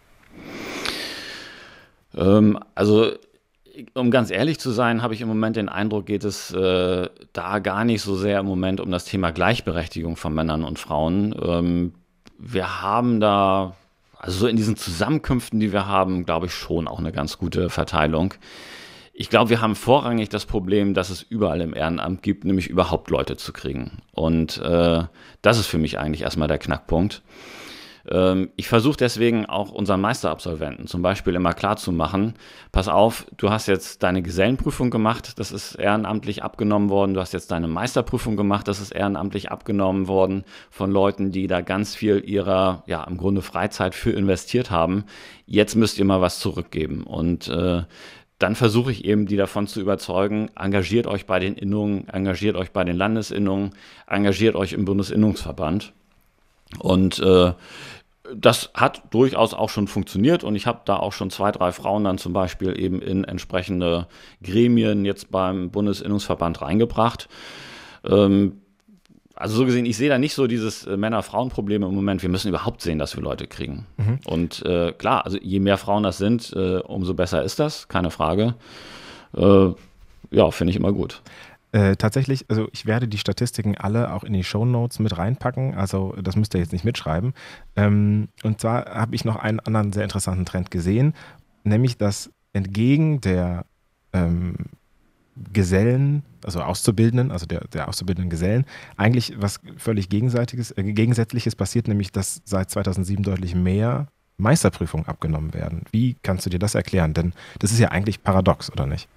Ähm, also, um ganz ehrlich zu sein, habe ich im Moment den Eindruck, geht es äh, da gar nicht so sehr im Moment um das Thema Gleichberechtigung von Männern und Frauen. Ähm, wir haben da, also so in diesen Zusammenkünften, die wir haben, glaube ich schon auch eine ganz gute Verteilung. Ich glaube, wir haben vorrangig das Problem, dass es überall im Ehrenamt gibt, nämlich überhaupt Leute zu kriegen. Und äh, das ist für mich eigentlich erstmal der Knackpunkt. Ähm, ich versuche deswegen auch unseren Meisterabsolventen zum Beispiel immer klarzumachen, pass auf, du hast jetzt deine Gesellenprüfung gemacht, das ist ehrenamtlich abgenommen worden, du hast jetzt deine Meisterprüfung gemacht, das ist ehrenamtlich abgenommen worden von Leuten, die da ganz viel ihrer, ja, im Grunde Freizeit für investiert haben. Jetzt müsst ihr mal was zurückgeben. Und äh, dann versuche ich eben, die davon zu überzeugen, engagiert euch bei den Innungen, engagiert euch bei den Landesinnungen, engagiert euch im Bundesinnungsverband. Und äh, das hat durchaus auch schon funktioniert und ich habe da auch schon zwei, drei Frauen dann zum Beispiel eben in entsprechende Gremien jetzt beim Bundesinnungsverband reingebracht. Ähm, Also so gesehen, ich sehe da nicht so dieses äh, Männer-Frauen-Problem im Moment. Wir müssen überhaupt sehen, dass wir Leute kriegen. Mhm. Und äh, klar, also je mehr Frauen das sind, äh, umso besser ist das, keine Frage. Äh, ja, finde ich immer gut. Äh, tatsächlich, also ich werde die Statistiken alle auch in die Shownotes mit reinpacken, also das müsst ihr jetzt nicht mitschreiben. Ähm, und zwar habe ich noch einen anderen sehr interessanten Trend gesehen, nämlich dass entgegen der ähm, Gesellen, also Auszubildenden, also der, der auszubildenden Gesellen, eigentlich was völlig Gegenseitiges, äh, Gegensätzliches passiert, nämlich dass seit zweitausendsieben deutlich mehr Meisterprüfungen abgenommen werden. Wie kannst du dir das erklären? Denn das ist ja eigentlich paradox, oder nicht?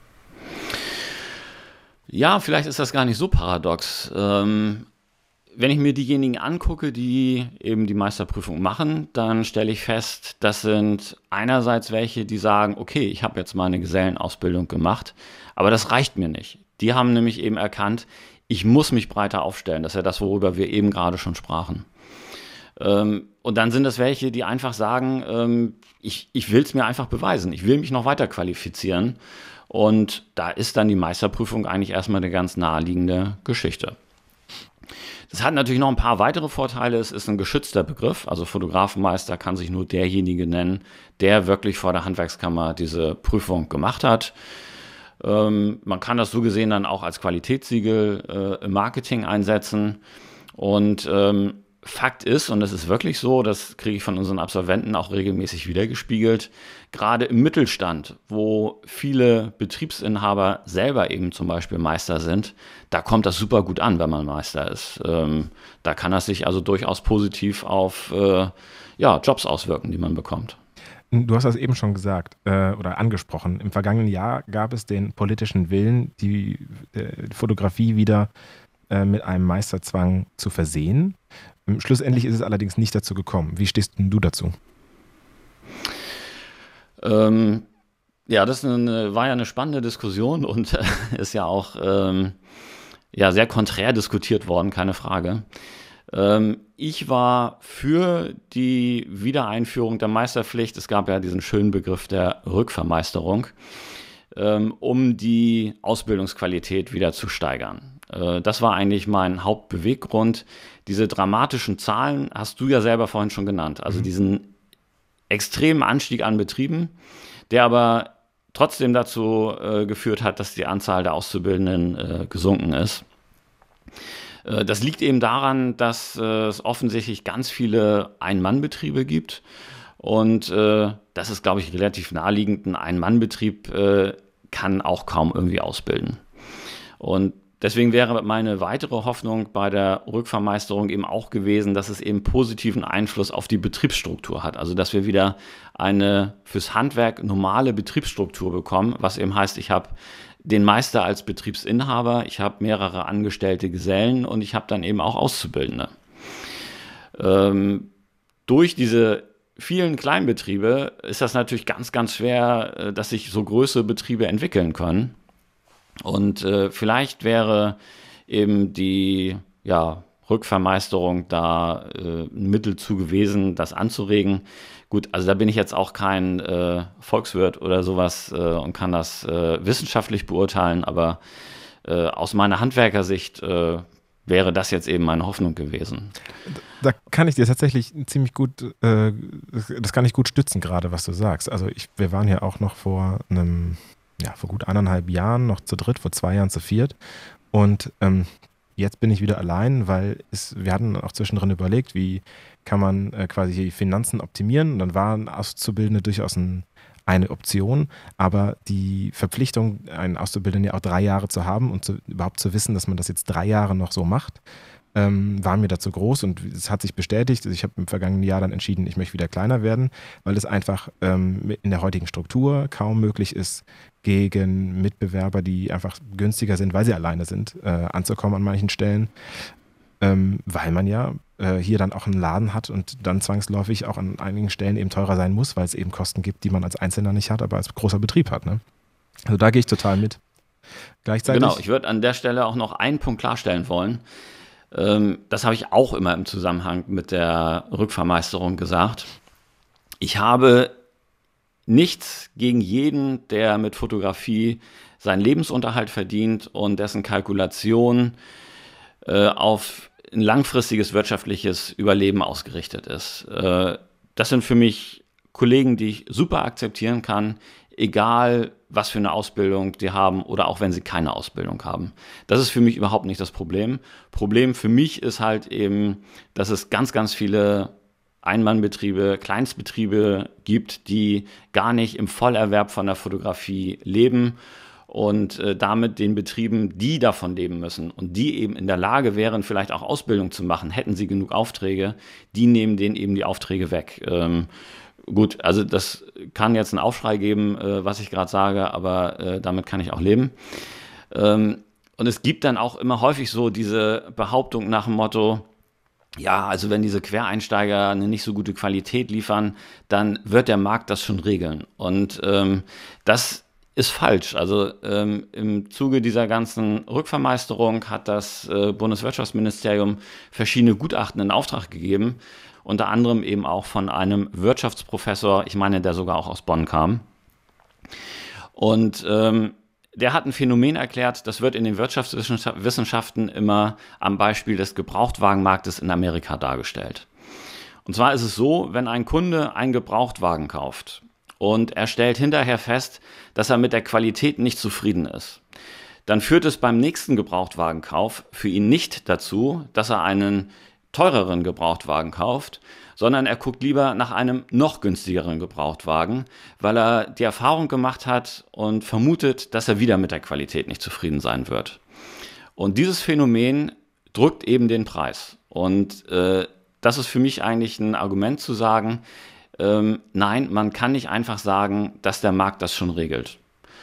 Ja, vielleicht ist das gar nicht so paradox. Ähm, wenn ich mir diejenigen angucke, die eben die Meisterprüfung machen, dann stelle ich fest, das sind einerseits welche, die sagen, okay, ich habe jetzt meine Gesellenausbildung gemacht, aber das reicht mir nicht. Die haben nämlich eben erkannt, ich muss mich breiter aufstellen. Das ist ja das, worüber wir eben gerade schon sprachen. Ähm, und dann sind das welche, die einfach sagen, ähm, ich, ich will es mir einfach beweisen. Ich will mich noch weiter qualifizieren. Und da ist dann die Meisterprüfung eigentlich erstmal eine ganz naheliegende Geschichte. Das hat natürlich noch ein paar weitere Vorteile. Es ist ein geschützter Begriff. Also Fotografenmeister kann sich nur derjenige nennen, der wirklich vor der Handwerkskammer diese Prüfung gemacht hat. Ähm, man kann das so gesehen dann auch als Qualitätssiegel äh, im Marketing einsetzen. Und ähm, Fakt ist, und das ist wirklich so, das kriege ich von unseren Absolventen auch regelmäßig wiedergespiegelt, gerade im Mittelstand, wo viele Betriebsinhaber selber eben zum Beispiel Meister sind, da kommt das super gut an, wenn man Meister ist. Ähm, da kann das sich also durchaus positiv auf äh, ja, Jobs auswirken, die man bekommt. Du hast das eben schon gesagt äh, oder angesprochen. Im vergangenen Jahr gab es den politischen Willen, die äh, Fotografie wieder äh, mit einem Meisterzwang zu versehen. Schlussendlich ist es allerdings nicht dazu gekommen. Wie stehst denn du dazu? Ähm, ja, das eine, war ja eine spannende Diskussion und äh, ist ja auch ähm, ja, sehr konträr diskutiert worden, keine Frage. Ähm, ich war für die Wiedereinführung der Meisterpflicht. Es gab ja diesen schönen Begriff der Rückvermeisterung, ähm, um die Ausbildungsqualität wieder zu steigern. Das war eigentlich mein Hauptbeweggrund. Diese dramatischen Zahlen hast du ja selber vorhin schon genannt. Also diesen extremen Anstieg an Betrieben, der aber trotzdem dazu äh, geführt hat, dass die Anzahl der Auszubildenden äh, gesunken ist. Äh, das liegt eben daran, dass äh, es offensichtlich ganz viele Ein-Mann-Betriebe gibt. Und äh, das ist, glaube ich, relativ naheliegend. Ein Ein-Mann-Betrieb äh, kann auch kaum irgendwie ausbilden. Und deswegen wäre meine weitere Hoffnung bei der Rückvermeisterung eben auch gewesen, dass es eben positiven Einfluss auf die Betriebsstruktur hat. Also dass wir wieder eine fürs Handwerk normale Betriebsstruktur bekommen, was eben heißt, ich habe den Meister als Betriebsinhaber, ich habe mehrere angestellte Gesellen und ich habe dann eben auch Auszubildende. Ähm, durch diese vielen Kleinbetriebe ist das natürlich ganz, ganz schwer, dass sich so größere Betriebe entwickeln können. Und äh, vielleicht wäre eben die ja, Rückvermeisterung da äh, ein Mittel zu gewesen, das anzuregen. Gut, also da bin ich jetzt auch kein äh, Volkswirt oder sowas äh, und kann das äh, wissenschaftlich beurteilen, aber äh, aus meiner Handwerkersicht äh, wäre das jetzt eben meine Hoffnung gewesen. Da kann ich dir tatsächlich ziemlich gut, äh, das kann ich gut stützen gerade, was du sagst. Also ich, wir waren ja auch noch vor einem ja, vor gut eineinhalb Jahren noch zu dritt, vor zwei Jahren zu viert. Und ähm, jetzt bin ich wieder allein, weil es, wir hatten auch zwischendrin überlegt, wie kann man äh, quasi die Finanzen optimieren. Und dann waren Auszubildende durchaus ein, eine Option, aber die Verpflichtung, einen Auszubildenden ja auch drei Jahre zu haben und zu, überhaupt zu wissen, dass man das jetzt drei Jahre noch so macht, ähm, war mir dazu groß und es hat sich bestätigt. Also ich habe im vergangenen Jahr dann entschieden, ich möchte wieder kleiner werden, weil es einfach ähm, in der heutigen Struktur kaum möglich ist, gegen Mitbewerber, die einfach günstiger sind, weil sie alleine sind, äh, anzukommen an manchen Stellen, ähm, weil man ja äh, hier dann auch einen Laden hat und dann zwangsläufig auch an einigen Stellen eben teurer sein muss, weil es eben Kosten gibt, die man als Einzelner nicht hat, aber als großer Betrieb hat. Ne? Also da gehe ich total mit. Gleichzeitig, genau, ich würde an der Stelle auch noch einen Punkt klarstellen wollen. Ähm, das habe ich auch immer im Zusammenhang mit der Rückvermeisterung gesagt. Ich habe nichts gegen jeden, der mit Fotografie seinen Lebensunterhalt verdient und dessen Kalkulation äh, auf ein langfristiges wirtschaftliches Überleben ausgerichtet ist. Äh, das sind für mich Kollegen, die ich super akzeptieren kann, egal was für eine Ausbildung die haben oder auch wenn sie keine Ausbildung haben. Das ist für mich überhaupt nicht das Problem. Problem für mich ist halt eben, dass es ganz, ganz viele Einmannbetriebe, Kleinstbetriebe gibt, die gar nicht im Vollerwerb von der Fotografie leben und äh, damit den Betrieben, die davon leben müssen und die eben in der Lage wären, vielleicht auch Ausbildung zu machen, hätten sie genug Aufträge, die nehmen denen eben die Aufträge weg. Ähm, gut, also das kann jetzt einen Aufschrei geben, äh, was ich gerade sage, aber äh, damit kann ich auch leben. Ähm, und es gibt dann auch immer häufig so diese Behauptung nach dem Motto, ja, also wenn diese Quereinsteiger eine nicht so gute Qualität liefern, dann wird der Markt das schon regeln. Und ähm, das ist falsch. Also ähm, im Zuge dieser ganzen Rückvermeisterung hat das äh, Bundeswirtschaftsministerium verschiedene Gutachten in Auftrag gegeben, unter anderem eben auch von einem Wirtschaftsprofessor, ich meine, der sogar auch aus Bonn kam. Und ähm, der hat ein Phänomen erklärt, das wird in den Wirtschaftswissenschaften immer am Beispiel des Gebrauchtwagenmarktes in Amerika dargestellt. Und zwar ist es so, wenn ein Kunde einen Gebrauchtwagen kauft und er stellt hinterher fest, dass er mit der Qualität nicht zufrieden ist, dann führt es beim nächsten Gebrauchtwagenkauf für ihn nicht dazu, dass er einen teureren Gebrauchtwagen kauft, sondern er guckt lieber nach einem noch günstigeren Gebrauchtwagen, weil er die Erfahrung gemacht hat und vermutet, dass er wieder mit der Qualität nicht zufrieden sein wird. Und dieses Phänomen drückt eben den Preis. Und äh, das ist für mich eigentlich ein Argument zu sagen, ähm, nein, man kann nicht einfach sagen, dass der Markt das schon regelt.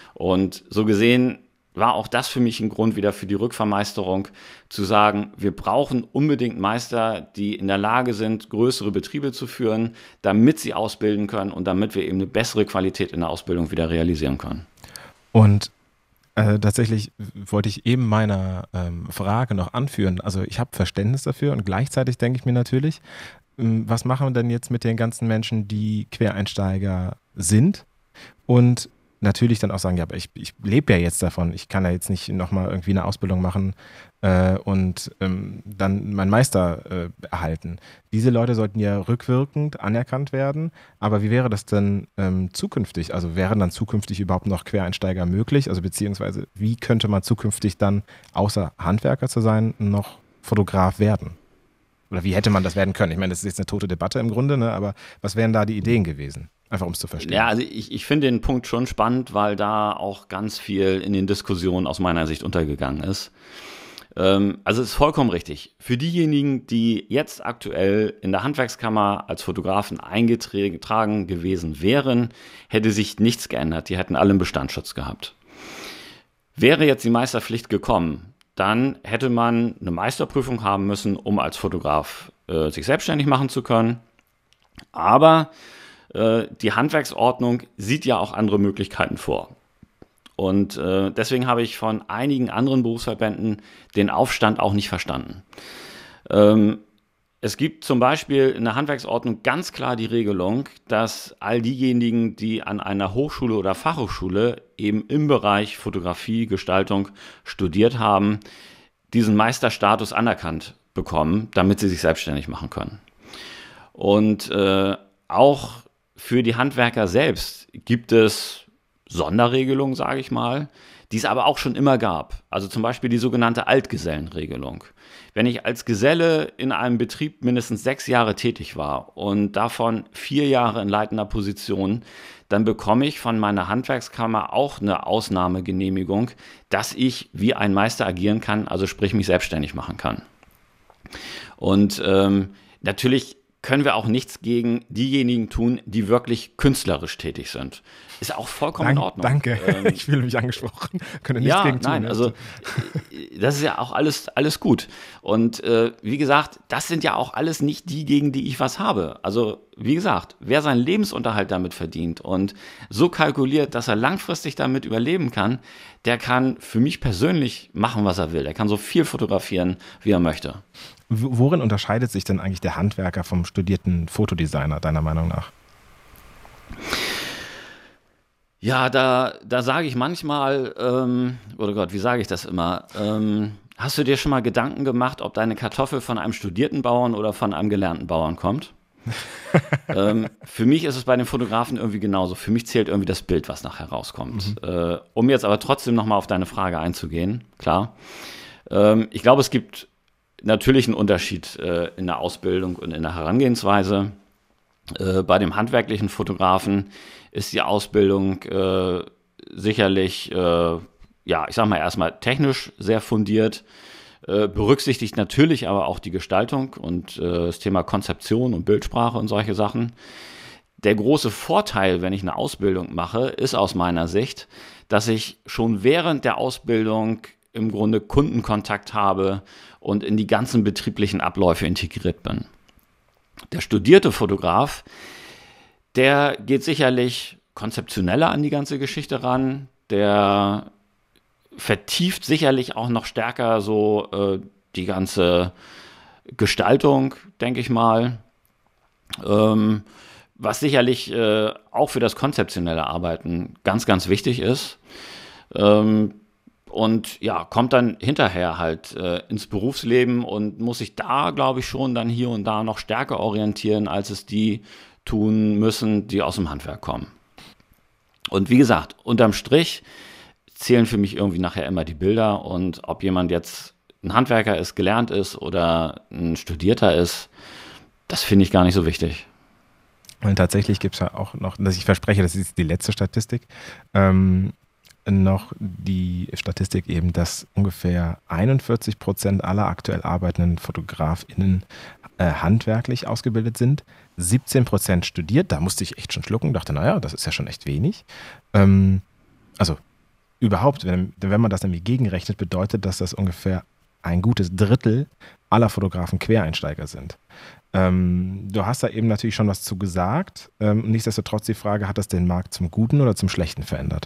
Und so gesehen war auch das für mich ein Grund wieder für die Rückvermeisterung, zu sagen, wir brauchen unbedingt Meister, die in der Lage sind, größere Betriebe zu führen, damit sie ausbilden können und damit wir eben eine bessere Qualität in der Ausbildung wieder realisieren können. Und äh, tatsächlich wollte ich eben meiner ähm, Frage noch anführen, also ich habe Verständnis dafür und gleichzeitig denke ich mir natürlich, ähm, was machen wir denn jetzt mit den ganzen Menschen, die Quereinsteiger sind und natürlich dann auch sagen, ja, aber ich, ich lebe ja jetzt davon, ich kann ja jetzt nicht nochmal irgendwie eine Ausbildung machen äh, und ähm, dann meinen Meister äh, erhalten. Diese Leute sollten ja rückwirkend anerkannt werden, aber wie wäre das denn ähm, zukünftig? Also wären dann zukünftig überhaupt noch Quereinsteiger möglich? Also beziehungsweise wie könnte man zukünftig dann, außer Handwerker zu sein, noch Fotograf werden? Oder wie hätte man das werden können? Ich meine, das ist jetzt eine tote Debatte im Grunde, ne? Aber was wären da die Ideen gewesen? Einfach um es zu verstehen. Ja, also ich, ich finde den Punkt schon spannend, weil da auch ganz viel in den Diskussionen aus meiner Sicht untergegangen ist. Ähm, also es ist vollkommen richtig. Für diejenigen, die jetzt aktuell in der Handwerkskammer als Fotografen eingetragen gewesen wären, hätte sich nichts geändert. Die hätten alle einen Bestandsschutz gehabt. Wäre jetzt die Meisterpflicht gekommen, dann hätte man eine Meisterprüfung haben müssen, um als Fotograf äh, sich selbstständig machen zu können. Aber die Handwerksordnung sieht ja auch andere Möglichkeiten vor. Und äh, deswegen habe ich von einigen anderen Berufsverbänden den Aufstand auch nicht verstanden. Ähm, es gibt zum Beispiel in der Handwerksordnung ganz klar die Regelung, dass all diejenigen, die an einer Hochschule oder Fachhochschule eben im Bereich Fotografie, Gestaltung studiert haben, diesen Meisterstatus anerkannt bekommen, damit sie sich selbstständig machen können. Und äh, auch für die Handwerker selbst gibt es Sonderregelungen, sage ich mal, die es aber auch schon immer gab. Also zum Beispiel die sogenannte Altgesellenregelung. Wenn ich als Geselle in einem Betrieb mindestens sechs Jahre tätig war und davon vier Jahre in leitender Position, dann bekomme ich von meiner Handwerkskammer auch eine Ausnahmegenehmigung, dass ich wie ein Meister agieren kann, also sprich mich selbstständig machen kann. Und ähm, natürlich können wir auch nichts gegen diejenigen tun, die wirklich künstlerisch tätig sind. Ist auch vollkommen Dank, in Ordnung. Danke, ähm, ich fühle mich angesprochen. Können nichts ja, gegen tun. nein, also das ist ja auch alles, alles gut. Und äh, wie gesagt, das sind ja auch alles nicht die, gegen die ich was habe. Also wie gesagt, wer seinen Lebensunterhalt damit verdient und so kalkuliert, dass er langfristig damit überleben kann, der kann für mich persönlich machen, was er will. Er kann so viel fotografieren, wie er möchte. Worin unterscheidet sich denn eigentlich der Handwerker vom studierten Fotodesigner, deiner Meinung nach? Ja, da, da sage ich manchmal, ähm, oh Gott, wie sage ich das immer? Ähm, hast du dir schon mal Gedanken gemacht, ob deine Kartoffel von einem studierten Bauern oder von einem gelernten Bauern kommt? ähm, für mich ist es bei den Fotografen irgendwie genauso. Für mich zählt irgendwie das Bild, was nachher rauskommt. Mhm. Äh, um jetzt aber trotzdem nochmal auf deine Frage einzugehen, klar. Ähm, ich glaube, es gibt natürlich einen Unterschied äh, in der Ausbildung und in der Herangehensweise. Äh, bei dem handwerklichen Fotografen ist die Ausbildung äh, sicherlich, äh, ja, ich sag mal erstmal technisch sehr fundiert, äh, berücksichtigt natürlich aber auch die Gestaltung und äh, das Thema Konzeption und Bildsprache und solche Sachen. Der große Vorteil, wenn ich eine Ausbildung mache, ist aus meiner Sicht, dass ich schon während der Ausbildung im Grunde Kundenkontakt habe und in die ganzen betrieblichen Abläufe integriert bin. Der studierte Fotograf, der geht sicherlich konzeptioneller an die ganze Geschichte ran, der vertieft sicherlich auch noch stärker so äh, die ganze Gestaltung, denke ich mal, ähm, was sicherlich äh, auch für das konzeptionelle Arbeiten ganz, ganz wichtig ist. Ähm, und ja, kommt dann hinterher halt äh, ins Berufsleben und muss sich da, glaube ich, schon dann hier und da noch stärker orientieren, als es die tun müssen, die aus dem Handwerk kommen. Und wie gesagt, unterm Strich zählen für mich irgendwie nachher immer die Bilder, und ob jemand jetzt ein Handwerker ist, gelernt ist oder ein Studierter ist, das finde ich gar nicht so wichtig. Und tatsächlich gibt es ja auch noch, dass ich verspreche, das ist die letzte Statistik, ähm, noch die Statistik eben, dass ungefähr einundvierzig Prozent aller aktuell arbeitenden FotografInnen äh, handwerklich ausgebildet sind, siebzehn Prozent studiert, da musste ich echt schon schlucken, dachte, naja, das ist ja schon echt wenig. Ähm, also überhaupt, wenn, wenn man das nämlich gegenrechnet, bedeutet das, dass ungefähr ein gutes Drittel aller Fotografen Quereinsteiger sind. Ähm, du hast da eben natürlich schon was zu gesagt. Ähm, nichtsdestotrotz die Frage, hat das den Markt zum Guten oder zum Schlechten verändert?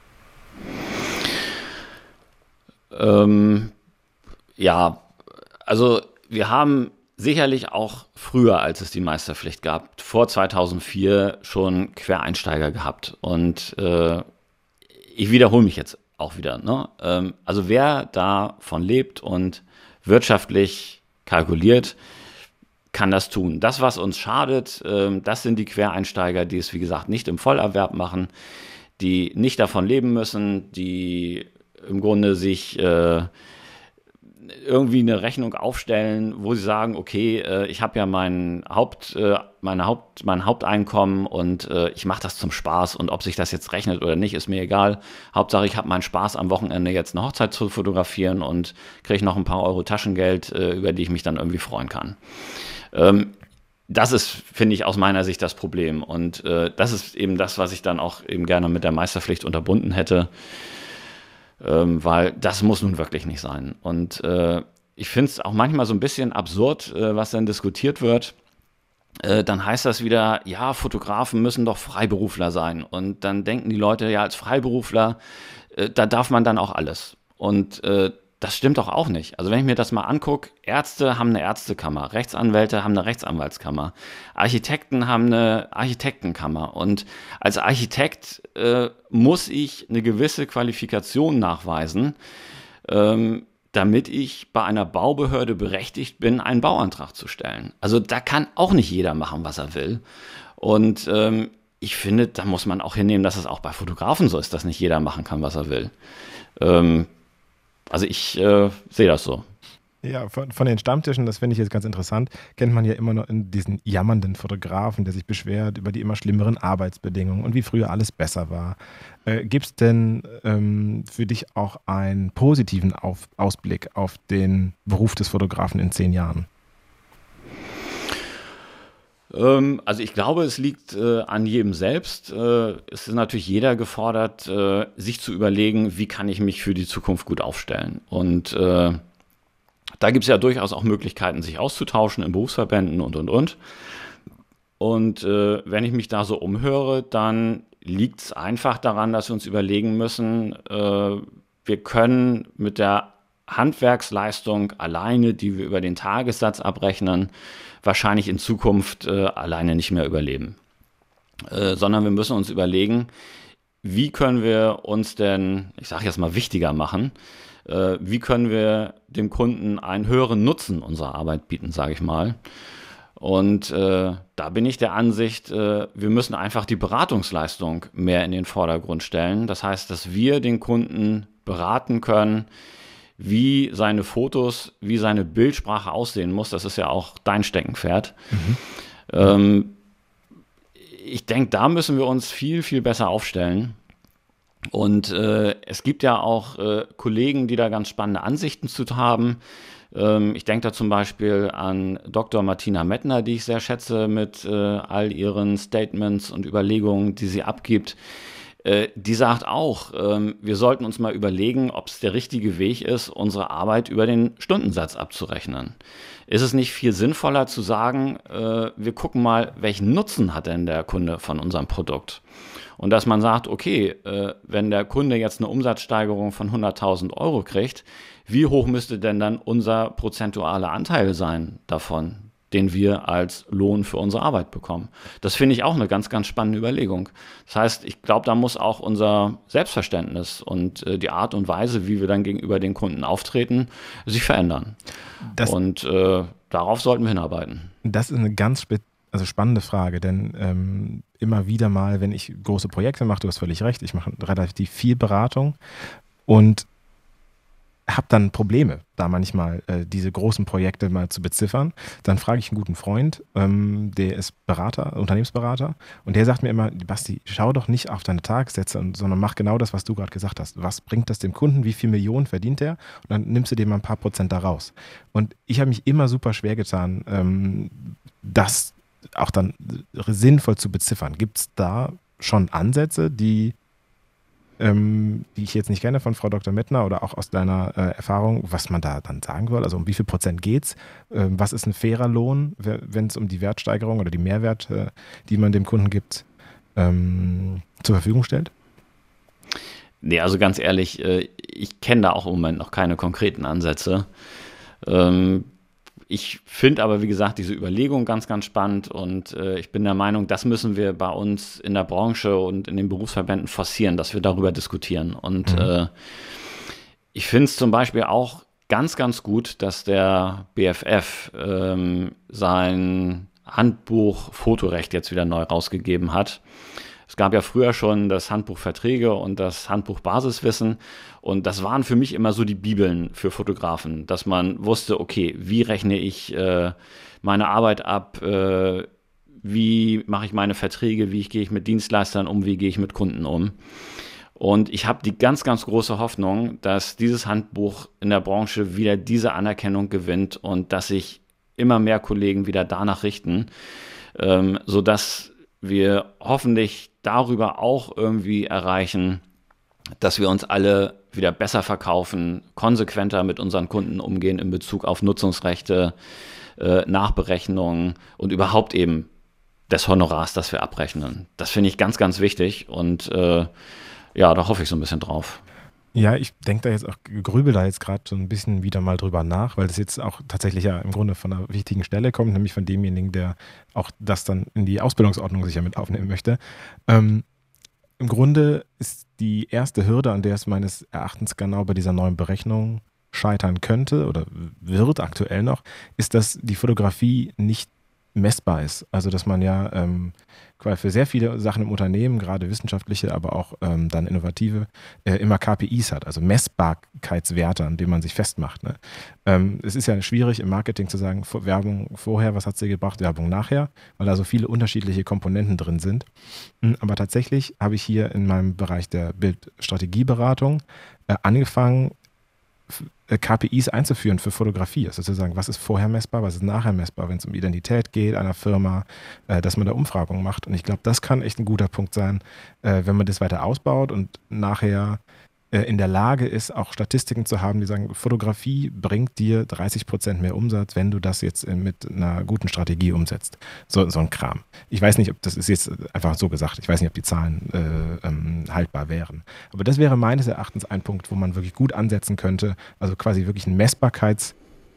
Ähm, ja, also wir haben sicherlich auch früher, als es die Meisterpflicht gab, vor zweitausendvier schon Quereinsteiger gehabt. Und äh, ich wiederhole mich jetzt auch wieder. Ne? Ähm, also wer davon lebt und wirtschaftlich kalkuliert, kann das tun. Das, was uns schadet, ähm, das sind die Quereinsteiger, die es, wie gesagt, nicht im Vollerwerb machen, die nicht davon leben müssen, die im Grunde sich äh, irgendwie eine Rechnung aufstellen, wo sie sagen, okay, äh, ich habe ja mein Haupt, äh, meine Haupt, mein Haupteinkommen und äh, ich mache das zum Spaß, und ob sich das jetzt rechnet oder nicht, ist mir egal. Hauptsache, ich habe meinen Spaß am Wochenende jetzt eine Hochzeit zu fotografieren und kriege noch ein paar Euro Taschengeld, äh, über die ich mich dann irgendwie freuen kann. Ähm, das ist, finde ich, aus meiner Sicht das Problem, und äh, das ist eben das, was ich dann auch eben gerne mit der Meisterpflicht unterbunden hätte. Ähm, weil das muss nun wirklich nicht sein. Und äh, ich finde es auch manchmal so ein bisschen absurd, äh, was dann diskutiert wird. Äh, dann heißt das wieder, ja, Fotografen müssen doch Freiberufler sein. Und dann denken die Leute, ja, als Freiberufler, äh, da darf man dann auch alles. Und äh, das stimmt doch auch nicht. Also wenn ich mir das mal angucke, Ärzte haben eine Ärztekammer, Rechtsanwälte haben eine Rechtsanwaltskammer, Architekten haben eine Architektenkammer, und als Architekt äh, muss ich eine gewisse Qualifikation nachweisen, ähm, damit ich bei einer Baubehörde berechtigt bin, einen Bauantrag zu stellen. Also da kann auch nicht jeder machen, was er will. Und ähm, ich finde, da muss man auch hinnehmen, dass es auch bei Fotografen so ist, dass nicht jeder machen kann, was er will. Ähm, Also ich äh, sehe das so. Ja, von, von den Stammtischen, das finde ich jetzt ganz interessant, kennt man ja immer noch in diesen jammernden Fotografen, der sich beschwert über die immer schlimmeren Arbeitsbedingungen und wie früher alles besser war. Äh, Gibt es denn ähm, für dich auch einen positiven auf, Ausblick auf den Beruf des Fotografen in zehn Jahren? Also ich glaube, es liegt äh, an jedem selbst. Äh, es ist natürlich jeder gefordert, äh, sich zu überlegen, wie kann ich mich für die Zukunft gut aufstellen. Und äh, da gibt es ja durchaus auch Möglichkeiten, sich auszutauschen in Berufsverbänden und, und, und. Und äh, wenn ich mich da so umhöre, dann liegt es einfach daran, dass wir uns überlegen müssen, äh, wir können mit der Handwerksleistung alleine, die wir über den Tagessatz abrechnen, wahrscheinlich in Zukunft äh, alleine nicht mehr überleben. Äh, sondern wir müssen uns überlegen, wie können wir uns denn, ich sage jetzt mal, wichtiger machen, äh, wie können wir dem Kunden einen höheren Nutzen unserer Arbeit bieten, sage ich mal. Und äh, da bin ich der Ansicht, äh, wir müssen einfach die Beratungsleistung mehr in den Vordergrund stellen. Das heißt, dass wir den Kunden beraten können, wie seine Fotos, wie seine Bildsprache aussehen muss. Das ist ja auch dein Steckenpferd. Mhm. Ähm, ich denke, da müssen wir uns viel, viel besser aufstellen. Und äh, es gibt ja auch äh, Kollegen, die da ganz spannende Ansichten zu haben. Ähm, ich denke da zum Beispiel an Doktor Martina Mettner, die ich sehr schätze mit äh, all ihren Statements und Überlegungen, die sie abgibt. äh, die sagt auch, ähm, wir sollten uns mal überlegen, ob es der richtige Weg ist, unsere Arbeit über den Stundensatz abzurechnen. Ist es nicht viel sinnvoller zu sagen, äh, wir gucken mal, welchen Nutzen hat denn der Kunde von unserem Produkt? Und dass man sagt, okay, äh, wenn der Kunde jetzt eine Umsatzsteigerung von hunderttausend Euro kriegt, wie hoch müsste denn dann unser prozentualer Anteil sein davon, den wir als Lohn für unsere Arbeit bekommen? Das finde ich auch eine ganz, ganz spannende Überlegung. Das heißt, ich glaube, da muss auch unser Selbstverständnis und äh, die Art und Weise, wie wir dann gegenüber den Kunden auftreten, sich verändern. Das, und äh, darauf sollten wir hinarbeiten. Das ist eine ganz spe- also spannende Frage, denn ähm, immer wieder mal, wenn ich große Projekte mache, du hast völlig recht, ich mache relativ viel Beratung und habe dann Probleme, da manchmal äh, diese großen Projekte mal zu beziffern. Dann frage ich einen guten Freund, ähm, der ist Berater, Unternehmensberater, und der sagt mir immer, Basti, schau doch nicht auf deine Tagessätze, sondern mach genau das, was du gerade gesagt hast. Was bringt das dem Kunden? Wie viel Millionen verdient der? Und dann nimmst du dir mal ein paar Prozent da raus. Und ich habe mich immer super schwer getan, ähm, das auch dann sinnvoll zu beziffern. Gibt es da schon Ansätze, die Ähm, die ich jetzt nicht kenne von Frau Doktor Mettner oder auch aus deiner äh, Erfahrung, was man da dann sagen soll? Also um wie viel Prozent geht's? Ähm, was ist ein fairer Lohn, wenn es um die Wertsteigerung oder die Mehrwerte, äh, die man dem Kunden gibt, ähm, zur Verfügung stellt? Nee, also ganz ehrlich, äh, ich kenne da auch im Moment noch keine konkreten Ansätze. Ähm, Ich finde aber, wie gesagt, diese Überlegung ganz, ganz spannend und äh, ich bin der Meinung, das müssen wir bei uns in der Branche und in den Berufsverbänden forcieren, dass wir darüber diskutieren. Und mhm. äh, ich finde es zum Beispiel auch ganz, ganz gut, dass der B F F ähm, sein Handbuch Fotorecht jetzt wieder neu rausgegeben hat. Es gab ja früher schon das Handbuch Verträge und das Handbuch Basiswissen und das waren für mich immer so die Bibeln für Fotografen, dass man wusste, okay, wie rechne ich äh, meine Arbeit ab, äh, wie mache ich meine Verträge, wie gehe ich mit Dienstleistern um, wie gehe ich mit Kunden um. Und ich habe die ganz, ganz große Hoffnung, dass dieses Handbuch in der Branche wieder diese Anerkennung gewinnt und dass sich immer mehr Kollegen wieder danach richten, ähm, sodass wir hoffentlich darüber auch irgendwie erreichen, dass wir uns alle wieder besser verkaufen, konsequenter mit unseren Kunden umgehen in Bezug auf Nutzungsrechte, äh, Nachberechnungen und überhaupt eben des Honorars, das wir abrechnen. Das finde ich ganz, ganz wichtig und äh, ja, da hoffe ich so ein bisschen drauf. Ja, ich denke da jetzt auch, grübel da jetzt gerade so ein bisschen wieder mal drüber nach, weil das jetzt auch tatsächlich ja im Grunde von einer wichtigen Stelle kommt, nämlich von demjenigen, der auch das dann in die Ausbildungsordnung sicher mit aufnehmen möchte. Ähm, Im Grunde ist die erste Hürde, an der es meines Erachtens genau bei dieser neuen Berechnung scheitern könnte oder wird aktuell noch, ist, dass die Fotografie nicht messbar ist. Also dass man ja ähm, für sehr viele Sachen im Unternehmen, gerade wissenschaftliche, aber auch ähm, dann innovative, äh, immer K P Is hat, also Messbarkeitswerte, an denen man sich festmacht. Ne? Ähm, es ist ja schwierig im Marketing zu sagen, Werbung vorher, was hat sie gebracht, Werbung nachher, weil da so viele unterschiedliche Komponenten drin sind. Aber tatsächlich habe ich hier in meinem Bereich der Bildstrategieberatung äh, angefangen, K P Is einzuführen für Fotografie. Also zu sagen, was ist vorher messbar, was ist nachher messbar, wenn es um Identität geht einer Firma, äh, dass man da Umfragungen macht. Und ich glaube, das kann echt ein guter Punkt sein, äh, wenn man das weiter ausbaut und nachher äh, in der Lage ist, auch Statistiken zu haben, die sagen, Fotografie bringt dir dreißig Prozent mehr Umsatz, wenn du das jetzt äh, mit einer guten Strategie umsetzt. So, so ein Kram. Ich weiß nicht, ob das ist jetzt einfach so gesagt, ich weiß nicht, ob die Zahlen äh, ähm, haltbar wären. Aber das wäre meines Erachtens ein Punkt, wo man wirklich gut ansetzen könnte, also quasi wirklich ein Messbarkeits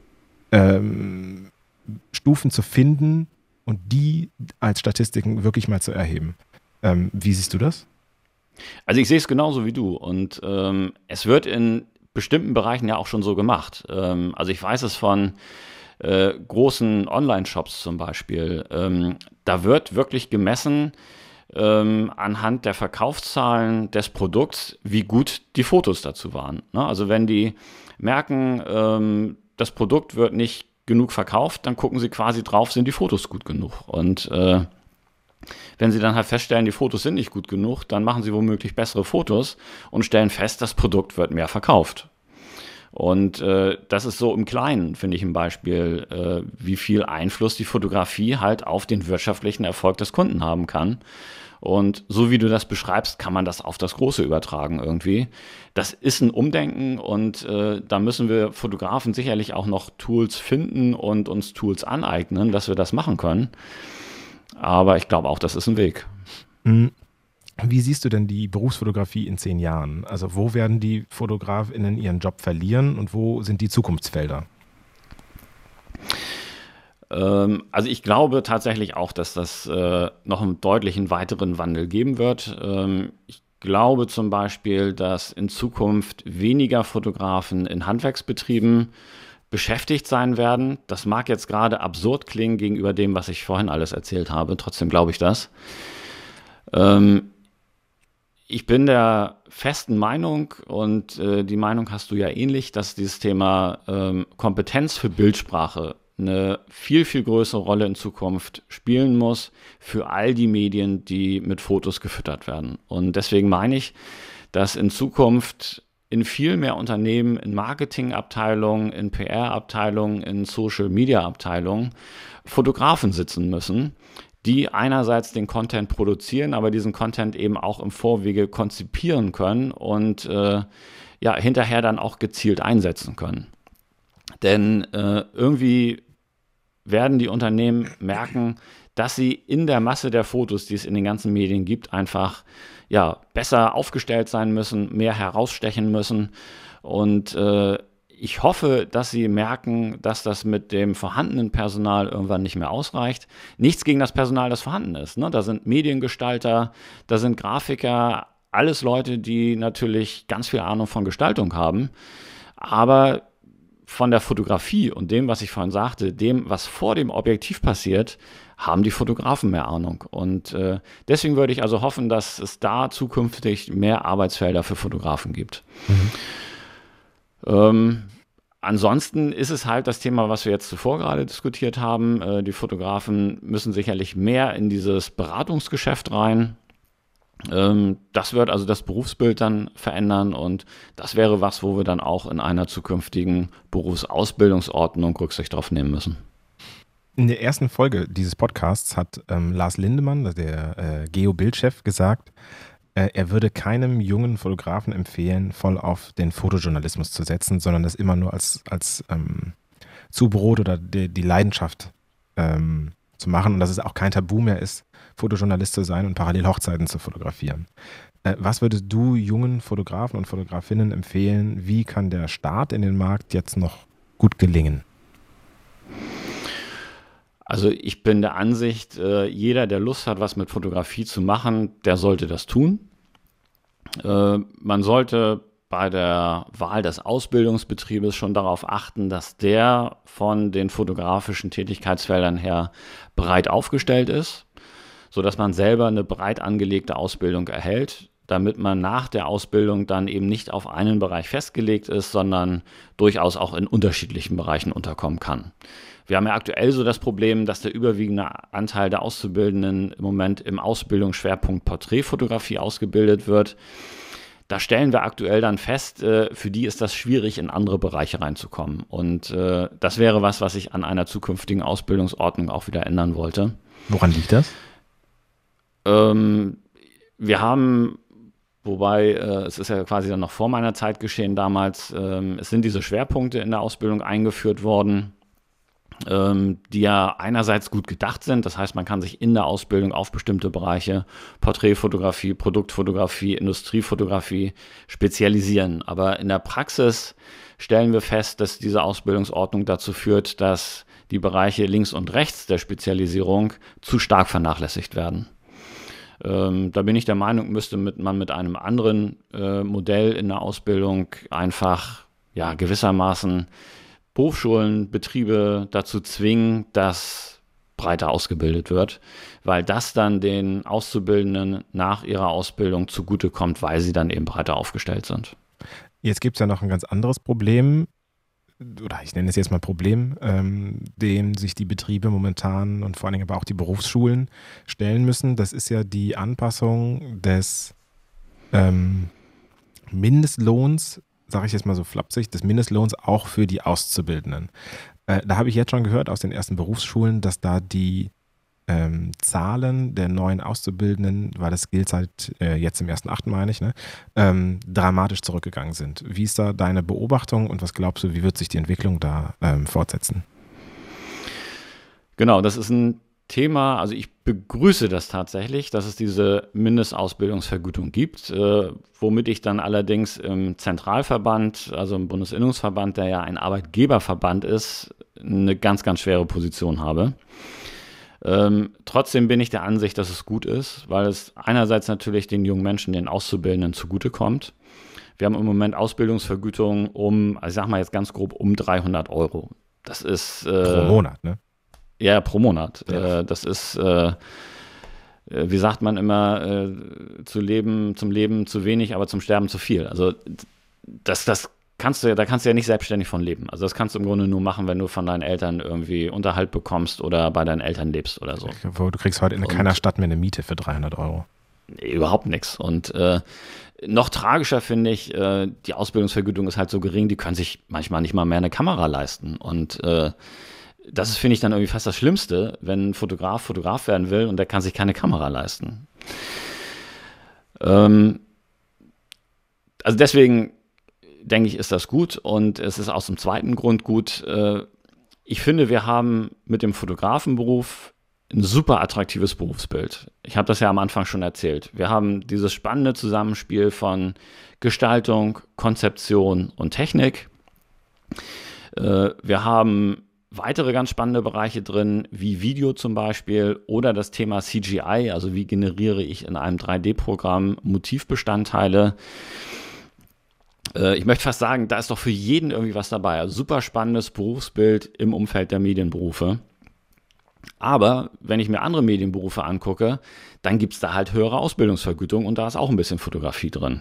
ähm, Stufen zu finden und die als Statistiken wirklich mal zu erheben. Ähm, wie siehst du das? Also ich sehe es genauso wie du und ähm, es wird in bestimmten Bereichen ja auch schon so gemacht. Ähm, also ich weiß es von äh, großen Online-Shops zum Beispiel. Ähm, da wird wirklich gemessen ähm, anhand der Verkaufszahlen des Produkts, wie gut die Fotos dazu waren. Ne? Also wenn die merken, ähm, das Produkt wird nicht genug verkauft, dann gucken sie quasi drauf, sind die Fotos gut genug. Und äh, wenn sie dann halt feststellen, die Fotos sind nicht gut genug, dann machen sie womöglich bessere Fotos und stellen fest, das Produkt wird mehr verkauft. Und äh, das ist so im Kleinen, finde ich, ein Beispiel, äh, wie viel Einfluss die Fotografie halt auf den wirtschaftlichen Erfolg des Kunden haben kann. Und so wie du das beschreibst, kann man das auf das Große übertragen irgendwie. Das ist ein Umdenken und äh, da müssen wir Fotografen sicherlich auch noch Tools finden und uns Tools aneignen, dass wir das machen können. Aber ich glaube auch, das ist ein Weg. Wie siehst du denn die Berufsfotografie in zehn Jahren? Also wo werden die FotografInnen ihren Job verlieren und wo sind die Zukunftsfelder? Ähm, also ich glaube tatsächlich auch, dass das äh, noch einen deutlichen weiteren Wandel geben wird. Ähm, ich glaube zum Beispiel, dass in Zukunft weniger Fotografen in Handwerksbetrieben beschäftigt sein werden. Das mag jetzt gerade absurd klingen gegenüber dem, was ich vorhin alles erzählt habe. Trotzdem glaube ich das. Ähm, ich bin der festen Meinung, und äh, die Meinung hast du ja ähnlich, dass dieses Thema ähm, Kompetenz für Bildsprache eine viel, viel größere Rolle in Zukunft spielen muss für all die Medien, die mit Fotos gefüttert werden. Und deswegen meine ich, dass in Zukunft in viel mehr Unternehmen, in Marketingabteilungen, in P R-Abteilungen, in Social-Media-Abteilungen Fotografen sitzen müssen, die einerseits den Content produzieren, aber diesen Content eben auch im Vorwege konzipieren können und äh, ja, hinterher dann auch gezielt einsetzen können. Denn äh, irgendwie werden die Unternehmen merken, dass sie in der Masse der Fotos, die es in den ganzen Medien gibt, einfach ja, besser aufgestellt sein müssen, mehr herausstechen müssen. Und äh, ich hoffe, dass sie merken, dass das mit dem vorhandenen Personal irgendwann nicht mehr ausreicht. Nichts gegen das Personal, das vorhanden ist, ne? Da sind Mediengestalter, da sind Grafiker, alles Leute, die natürlich ganz viel Ahnung von Gestaltung haben. Aber von der Fotografie und dem, was ich vorhin sagte, dem, was vor dem Objektiv passiert, haben die Fotografen mehr Ahnung. Und äh, deswegen würde ich also hoffen, dass es da zukünftig mehr Arbeitsfelder für Fotografen gibt. Mhm. Ähm, ansonsten ist es halt das Thema, was wir jetzt zuvor gerade diskutiert haben. Äh, die Fotografen müssen sicherlich mehr in dieses Beratungsgeschäft rein. Ähm, das wird also das Berufsbild dann verändern und das wäre was, wo wir dann auch in einer zukünftigen Berufsausbildungsordnung Rücksicht drauf nehmen müssen. In der ersten Folge dieses Podcasts hat ähm, Lars Lindemann, der äh, Geo-Bild-Chef, gesagt, äh, er würde keinem jungen Fotografen empfehlen, voll auf den Fotojournalismus zu setzen, sondern das immer nur als, als ähm, Zubrot oder die, die Leidenschaft ähm, zu machen und dass es auch kein Tabu mehr ist, Fotojournalist zu sein und parallel Hochzeiten zu fotografieren. Äh, was würdest du jungen Fotografen und Fotografinnen empfehlen? Wie kann der Start in den Markt jetzt noch gut gelingen? Also ich bin der Ansicht, äh, jeder, der Lust hat, was mit Fotografie zu machen, der sollte das tun. Äh, man sollte bei der Wahl des Ausbildungsbetriebes schon darauf achten, dass der von den fotografischen Tätigkeitsfeldern her breit aufgestellt ist, sodass man selber eine breit angelegte Ausbildung erhält, damit man nach der Ausbildung dann eben nicht auf einen Bereich festgelegt ist, sondern durchaus auch in unterschiedlichen Bereichen unterkommen kann. Wir haben ja aktuell so das Problem, dass der überwiegende Anteil der Auszubildenden im Moment im Ausbildungsschwerpunkt Porträtfotografie ausgebildet wird. Da stellen wir aktuell dann fest, äh, für die ist das schwierig, in andere Bereiche reinzukommen. Und äh, das wäre was, was ich an einer zukünftigen Ausbildungsordnung auch wieder ändern wollte. Woran liegt das? Ähm, wir haben, wobei äh, es ist ja quasi dann noch vor meiner Zeit geschehen damals, ähm, es sind diese Schwerpunkte in der Ausbildung eingeführt worden, ähm, die ja einerseits gut gedacht sind. Das heißt, man kann sich in der Ausbildung auf bestimmte Bereiche, Porträtfotografie, Produktfotografie, Industriefotografie spezialisieren. Aber in der Praxis stellen wir fest, dass diese Ausbildungsordnung dazu führt, dass die Bereiche links und rechts der Spezialisierung zu stark vernachlässigt werden. Ähm, da bin ich der Meinung, müsste mit, man mit einem anderen äh, Modell in der Ausbildung einfach ja, gewissermaßen Berufsschulen, Betriebe dazu zwingen, dass breiter ausgebildet wird, weil das dann den Auszubildenden nach ihrer Ausbildung zugutekommt, weil sie dann eben breiter aufgestellt sind. Jetzt gibt es ja noch ein ganz anderes Problem, oder ich nenne es jetzt mal Problem, ähm, dem sich die Betriebe momentan und vor allen Dingen aber auch die Berufsschulen stellen müssen. Das ist ja die Anpassung des ähm, Mindestlohns, sage ich jetzt mal so flapsig, des Mindestlohns auch für die Auszubildenden. Äh, da habe ich jetzt schon gehört aus den ersten Berufsschulen, dass da die ähm, Zahlen der neuen Auszubildenden, weil das gilt seit äh, jetzt im ersten Achten meine ich, ne, ähm, dramatisch zurückgegangen sind. Wie ist da deine Beobachtung und was glaubst du, wie wird sich die Entwicklung da ähm, fortsetzen? Genau, das ist ein Thema, also ich begrüße das tatsächlich, dass es diese Mindestausbildungsvergütung gibt, äh, womit ich dann allerdings im Zentralverband, also im Bundesinnungsverband, der ja ein Arbeitgeberverband ist, eine ganz, ganz schwere Position habe. Ähm, trotzdem bin ich der Ansicht, dass es gut ist, weil es einerseits natürlich den jungen Menschen, den Auszubildenden zugutekommt. Wir haben im Moment Ausbildungsvergütung um, also ich sag mal jetzt ganz grob, um dreihundert Euro. Das ist äh, Pro Monat, ne? Ja, pro Monat. Ja. Äh, das ist, äh, wie sagt man immer, äh, zu leben, zum Leben zu wenig, aber zum Sterben zu viel. Also das, das kannst du, da kannst du ja nicht selbstständig von leben. Also das kannst du im Grunde nur machen, wenn du von deinen Eltern irgendwie Unterhalt bekommst oder bei deinen Eltern lebst oder so. Du kriegst heute in Und keiner Stadt mehr eine Miete für dreihundert Euro. Nee, überhaupt nichts. Und äh, noch tragischer finde ich, äh, die Ausbildungsvergütung ist halt so gering, die können sich manchmal nicht mal mehr eine Kamera leisten. Und äh, das ist, finde ich, dann irgendwie fast das Schlimmste, wenn ein Fotograf Fotograf werden will und der kann sich keine Kamera leisten. Ähm, also deswegen denke ich, ist das gut und es ist aus dem zweiten Grund gut. Äh, ich finde, wir haben mit dem Fotografenberuf ein super attraktives Berufsbild. Ich habe das ja am Anfang schon erzählt. Wir haben dieses spannende Zusammenspiel von Gestaltung, Konzeption und Technik. Äh, wir haben weitere ganz spannende Bereiche drin, wie Video zum Beispiel oder das Thema C G I, also wie generiere ich in einem drei D-Programm Motivbestandteile. Äh, ich möchte fast sagen, da ist doch für jeden irgendwie was dabei. Also super spannendes Berufsbild im Umfeld der Medienberufe. Aber wenn ich mir andere Medienberufe angucke, dann gibt es da halt höhere Ausbildungsvergütung und da ist auch ein bisschen Fotografie drin.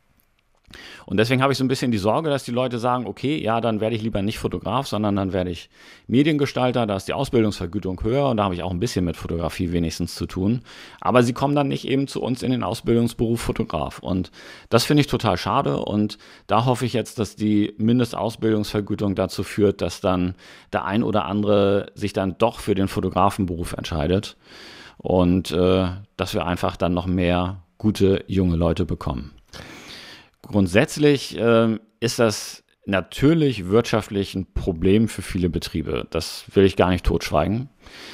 Und deswegen habe ich so ein bisschen die Sorge, dass die Leute sagen, okay, ja, dann werde ich lieber nicht Fotograf, sondern dann werde ich Mediengestalter, da ist die Ausbildungsvergütung höher und da habe ich auch ein bisschen mit Fotografie wenigstens zu tun. Aber sie kommen dann nicht eben zu uns in den Ausbildungsberuf Fotograf. Und das finde ich total schade und da hoffe ich jetzt, dass die Mindestausbildungsvergütung dazu führt, dass dann der ein oder andere sich dann doch für den Fotografenberuf entscheidet und äh, dass wir einfach dann noch mehr gute junge Leute bekommen. Grundsätzlich äh, ist das natürlich wirtschaftlich ein Problem für viele Betriebe. Das will ich gar nicht totschweigen.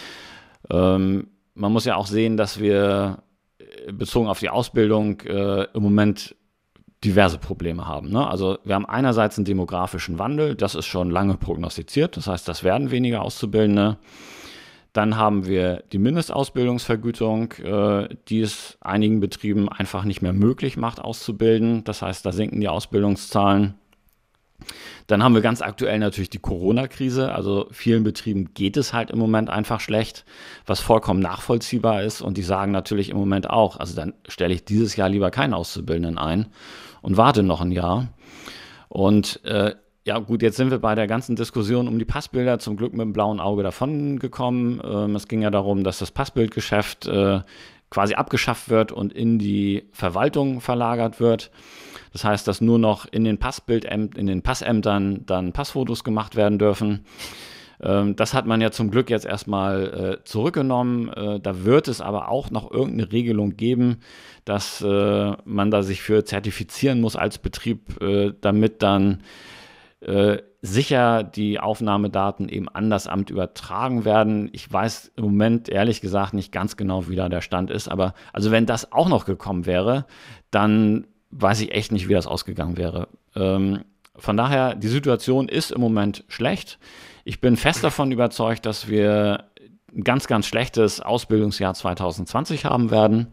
Ähm, man muss ja auch sehen, dass wir bezogen auf die Ausbildung äh, im Moment diverse Probleme haben. Ne? Also wir haben einerseits einen demografischen Wandel, das ist schon lange prognostiziert. Das heißt, das werden weniger Auszubildende. Dann haben wir die Mindestausbildungsvergütung, äh, die es einigen Betrieben einfach nicht mehr möglich macht, auszubilden. Das heißt, da sinken die Ausbildungszahlen. Dann haben wir ganz aktuell natürlich die Corona-Krise. Also vielen Betrieben geht es halt im Moment einfach schlecht, was vollkommen nachvollziehbar ist. Und die sagen natürlich im Moment auch, also dann stelle ich dieses Jahr lieber keinen Auszubildenden ein und warte noch ein Jahr. Und äh, ja gut, jetzt sind wir bei der ganzen Diskussion um die Passbilder zum Glück mit dem blauen Auge davon gekommen. Ähm, es ging ja darum, dass das Passbildgeschäft äh, quasi abgeschafft wird und in die Verwaltung verlagert wird. Das heißt, dass nur noch in den Passbildämtern, in den Passämtern dann Passfotos gemacht werden dürfen. Ähm, das hat man ja zum Glück jetzt erstmal äh, zurückgenommen. Äh, da wird es aber auch noch irgendeine Regelung geben, dass äh, man da sich für zertifizieren muss als Betrieb, äh, damit dann Äh, sicher die Aufnahmedaten eben an das Amt übertragen werden. Ich weiß im Moment ehrlich gesagt nicht ganz genau, wie da der Stand ist, aber also wenn das auch noch gekommen wäre, dann weiß ich echt nicht, wie das ausgegangen wäre. Ähm, von daher, die Situation ist im Moment schlecht. Ich bin fest davon überzeugt, dass wir ein ganz, ganz schlechtes Ausbildungsjahr zwanzig zwanzig haben werden.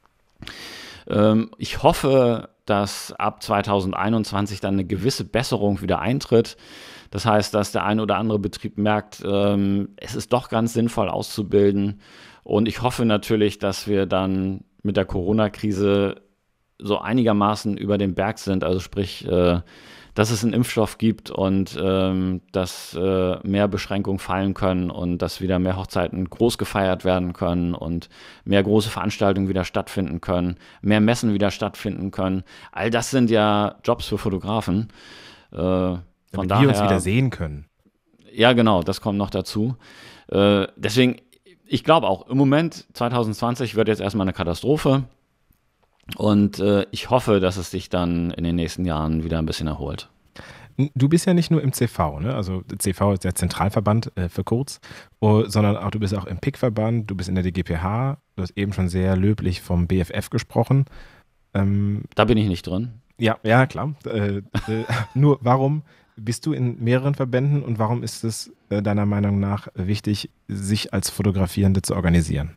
Ähm, ich hoffe, dass ab zwanzig einundzwanzig dann eine gewisse Besserung wieder eintritt. Das heißt, dass der ein oder andere Betrieb merkt, ähm, es ist doch ganz sinnvoll auszubilden. Und ich hoffe natürlich, dass wir dann mit der Corona-Krise so einigermaßen über den Berg sind. Also sprich, äh, dass es einen Impfstoff gibt und ähm, dass äh, mehr Beschränkungen fallen können und dass wieder mehr Hochzeiten groß gefeiert werden können und mehr große Veranstaltungen wieder stattfinden können, mehr Messen wieder stattfinden können. All das sind ja Jobs für Fotografen. Äh, von Damit daher, wir uns wieder sehen können. Ja, genau, das kommt noch dazu. Äh, deswegen, ich glaube auch, im Moment zwanzig zwanzig wird jetzt erstmal eine Katastrophe und äh, ich hoffe, dass es sich dann in den nächsten Jahren wieder ein bisschen erholt. Du bist ja nicht nur im C V, ne? Also C V ist der Zentralverband äh, für kurz, oh, sondern auch du bist auch im P I C-Verband, du bist in der D G P H, du hast eben schon sehr löblich vom B F F gesprochen. Ähm, da bin ich nicht drin. Ja, ja, klar. Äh, äh, nur warum bist du in mehreren Verbänden und warum ist es äh, deiner Meinung nach wichtig, sich als Fotografierende zu organisieren?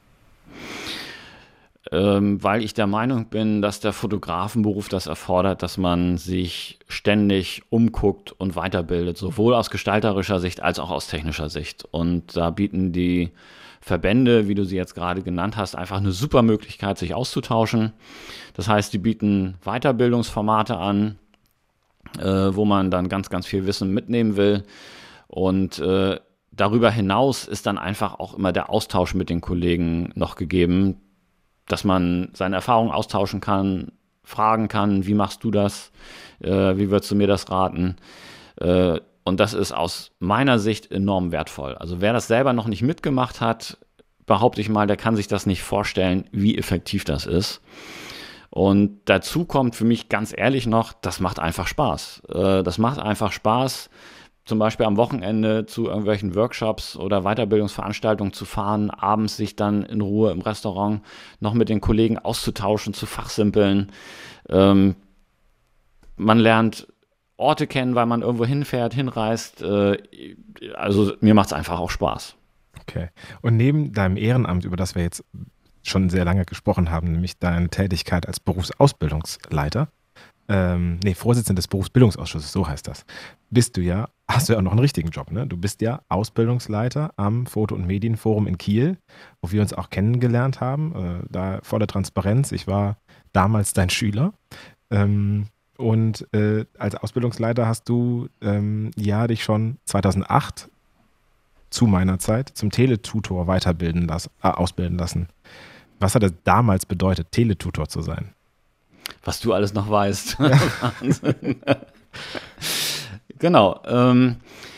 Ähm, weil ich der Meinung bin, dass der Fotografenberuf das erfordert, dass man sich ständig umguckt und weiterbildet, sowohl aus gestalterischer Sicht als auch aus technischer Sicht. Und da bieten die Verbände, wie du sie jetzt gerade genannt hast, einfach eine super Möglichkeit, sich auszutauschen. Das heißt, die bieten Weiterbildungsformate an, äh, wo man dann ganz, ganz viel Wissen mitnehmen will. Und äh, darüber hinaus ist dann einfach auch immer der Austausch mit den Kollegen noch gegeben, dass man seine Erfahrungen austauschen kann, fragen kann, wie machst du das, äh, wie würdest du mir das raten? Äh, und das ist aus meiner Sicht enorm wertvoll. Also wer das selber noch nicht mitgemacht hat, behaupte ich mal, der kann sich das nicht vorstellen, wie effektiv das ist. Und dazu kommt für mich ganz ehrlich noch, das macht einfach Spaß. Äh, das macht einfach Spaß, zum Beispiel am Wochenende zu irgendwelchen Workshops oder Weiterbildungsveranstaltungen zu fahren, abends sich dann in Ruhe im Restaurant noch mit den Kollegen auszutauschen, zu fachsimpeln. Ähm, man lernt Orte kennen, weil man irgendwo hinfährt, hinreist. Äh, also mir macht es einfach auch Spaß. Okay. Und neben deinem Ehrenamt, über das wir jetzt schon sehr lange gesprochen haben, nämlich deine Tätigkeit als Berufsausbildungsleiter, Ähm, nee, Vorsitzender des Berufsbildungsausschusses, so heißt das, bist du ja, hast du ja auch noch einen richtigen Job, ne? Du bist ja Ausbildungsleiter am Foto- und Medienforum in Kiel, wo wir uns auch kennengelernt haben, äh, da volle Transparenz, ich war damals dein Schüler ähm, und äh, als Ausbildungsleiter hast du ähm, ja dich schon zweitausendacht zu meiner Zeit zum Teletutor weiterbilden lassen, äh, ausbilden lassen. Was hat das damals bedeutet, Teletutor zu sein? Was du alles noch weißt. Ja. Wahnsinn. Genau. Ähm,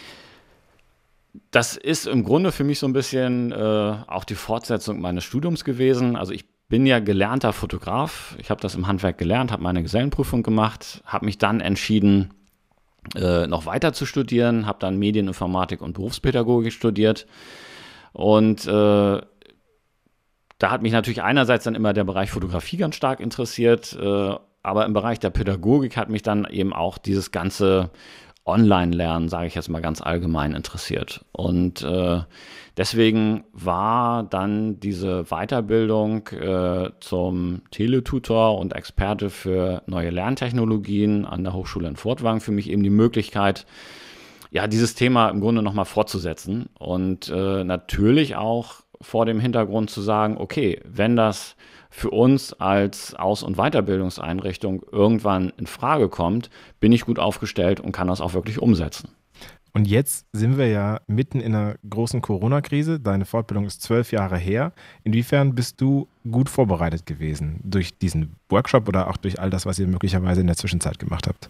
das ist im Grunde für mich so ein bisschen äh, auch die Fortsetzung meines Studiums gewesen. Also ich bin ja gelernter Fotograf. Ich habe das im Handwerk gelernt, habe meine Gesellenprüfung gemacht, habe mich dann entschieden, äh, noch weiter zu studieren, habe dann Medieninformatik und Berufspädagogik studiert. Und äh, da hat mich natürlich einerseits dann immer der Bereich Fotografie ganz stark interessiert, äh, aber im Bereich der Pädagogik hat mich dann eben auch dieses ganze Online-Lernen, sage ich jetzt mal ganz allgemein, interessiert. Und äh, deswegen war dann diese Weiterbildung äh, zum Teletutor und Experte für neue Lerntechnologien an der Hochschule in Furtwangen für mich eben die Möglichkeit, ja, dieses Thema im Grunde nochmal fortzusetzen und äh, natürlich auch vor dem Hintergrund zu sagen, okay, wenn das für uns als Aus- und Weiterbildungseinrichtung irgendwann in Frage kommt, bin ich gut aufgestellt und kann das auch wirklich umsetzen. Und jetzt sind wir ja mitten in einer großen Corona-Krise. Deine Fortbildung ist zwölf Jahre her. Inwiefern bist du gut vorbereitet gewesen durch diesen Workshop oder auch durch all das, was ihr möglicherweise in der Zwischenzeit gemacht habt?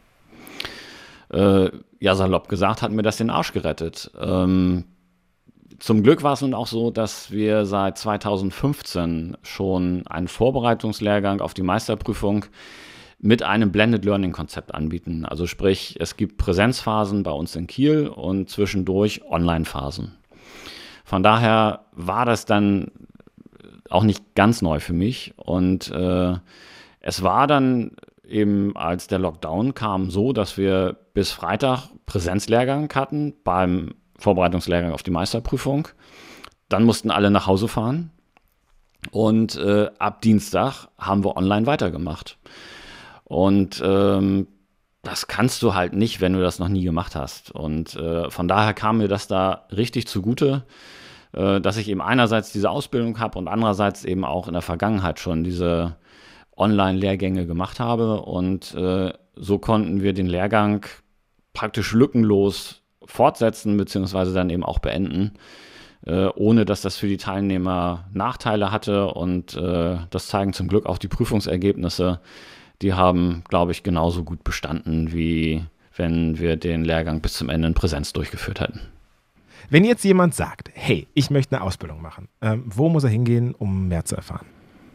Äh, ja, salopp gesagt, hat mir das den Arsch gerettet. Ähm, Zum Glück war es nun auch so, dass wir seit zweitausendfünfzehn schon einen Vorbereitungslehrgang auf die Meisterprüfung mit einem Blended Learning Konzept anbieten. Also sprich, es gibt Präsenzphasen bei uns in Kiel und zwischendurch Online-Phasen. Von daher war das dann auch nicht ganz neu für mich. Und äh, es war dann eben, als der Lockdown kam, so, dass wir bis Freitag Präsenzlehrgang hatten beim Vorbereitungslehrgang auf die Meisterprüfung. Dann mussten alle nach Hause fahren und äh, ab Dienstag haben wir online weitergemacht. Und ähm, das kannst du halt nicht, wenn du das noch nie gemacht hast. Und äh, von daher kam mir das da richtig zugute, äh, dass ich eben einerseits diese Ausbildung habe und andererseits eben auch in der Vergangenheit schon diese Online-Lehrgänge gemacht habe. Und äh, so konnten wir den Lehrgang praktisch lückenlos fortsetzen beziehungsweise dann eben auch beenden, äh, ohne dass das für die Teilnehmer Nachteile hatte. Und äh, das zeigen zum Glück auch die Prüfungsergebnisse. Die haben, glaube ich, genauso gut bestanden, wie wenn wir den Lehrgang bis zum Ende in Präsenz durchgeführt hätten. Wenn jetzt jemand sagt, hey, ich möchte eine Ausbildung machen, ähm, wo muss er hingehen, um mehr zu erfahren?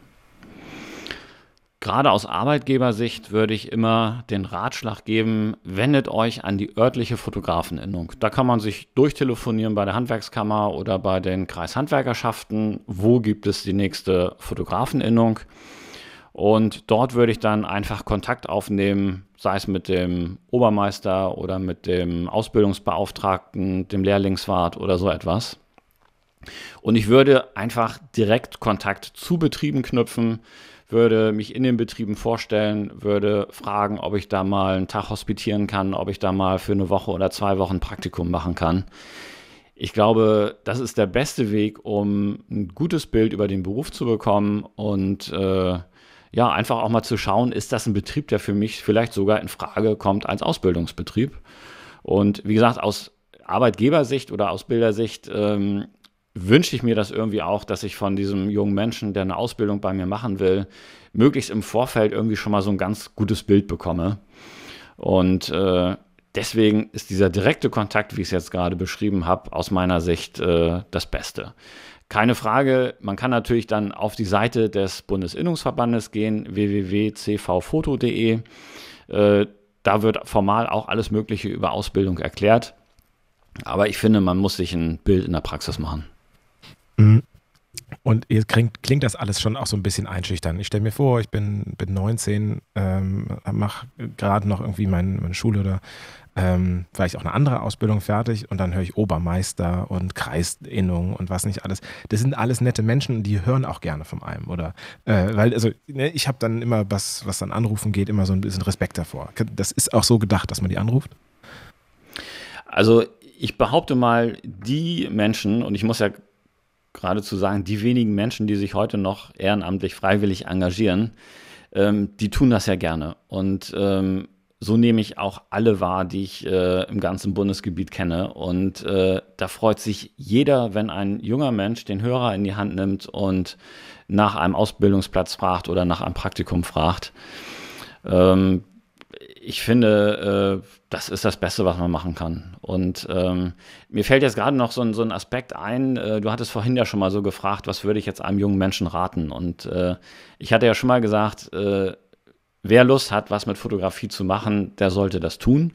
Gerade aus Arbeitgebersicht würde ich immer den Ratschlag geben, wendet euch an die örtliche Fotografeninnung. Da kann man sich durchtelefonieren bei der Handwerkskammer oder bei den Kreishandwerkerschaften. Wo gibt es die nächste Fotografeninnung? Und dort würde ich dann einfach Kontakt aufnehmen, sei es mit dem Obermeister oder mit dem Ausbildungsbeauftragten, dem Lehrlingswart oder so etwas. Und ich würde einfach direkt Kontakt zu Betrieben knüpfen, würde mich in den Betrieben vorstellen, würde fragen, ob ich da mal einen Tag hospitieren kann, ob ich da mal für eine Woche oder zwei Wochen Praktikum machen kann. Ich glaube, das ist der beste Weg, um ein gutes Bild über den Beruf zu bekommen und äh, ja, einfach auch mal zu schauen, ist das ein Betrieb, der für mich vielleicht sogar in Frage kommt als Ausbildungsbetrieb. Und wie gesagt, aus Arbeitgebersicht oder Ausbildersicht ähm, wünsche ich mir das irgendwie auch, dass ich von diesem jungen Menschen, der eine Ausbildung bei mir machen will, möglichst im Vorfeld irgendwie schon mal so ein ganz gutes Bild bekomme. Und äh, deswegen ist dieser direkte Kontakt, wie ich es jetzt gerade beschrieben habe, aus meiner Sicht äh, das Beste. Keine Frage, man kann natürlich dann auf die Seite des Bundesinnungsverbandes gehen, w w w punkt c v foto punkt d e. Äh, da wird formal auch alles Mögliche über Ausbildung erklärt. Aber ich finde, man muss sich ein Bild in der Praxis machen. Und jetzt klingt, klingt das alles schon auch so ein bisschen einschüchtern. Ich stelle mir vor, ich bin, bin neunzehn, ähm, mache gerade noch irgendwie mein, meine Schule oder ähm, vielleicht auch eine andere Ausbildung fertig und dann höre ich Obermeister und Kreisinnung und was nicht alles. Das sind alles nette Menschen, die hören auch gerne von einem. Oder, äh, weil also ne, ich habe dann immer, was, was dann Anrufen geht, immer so ein bisschen Respekt davor. Das ist auch so gedacht, dass man die anruft? Also ich behaupte mal, die Menschen, und ich muss ja geradezu sagen, die wenigen Menschen, die sich heute noch ehrenamtlich freiwillig engagieren, ähm, die tun das ja gerne. Und ähm, so nehme ich auch alle wahr, die ich äh, im ganzen Bundesgebiet kenne. Und äh, da freut sich jeder, wenn ein junger Mensch den Hörer in die Hand nimmt und nach einem Ausbildungsplatz fragt oder nach einem Praktikum fragt. Ähm, ich finde, äh, das ist das Beste, was man machen kann. Und ähm, mir fällt jetzt gerade noch so ein, so ein Aspekt ein. Äh, du hattest vorhin ja schon mal so gefragt, was würde ich jetzt einem jungen Menschen raten? Und äh, ich hatte ja schon mal gesagt, äh, wer Lust hat, was mit Fotografie zu machen, der sollte das tun.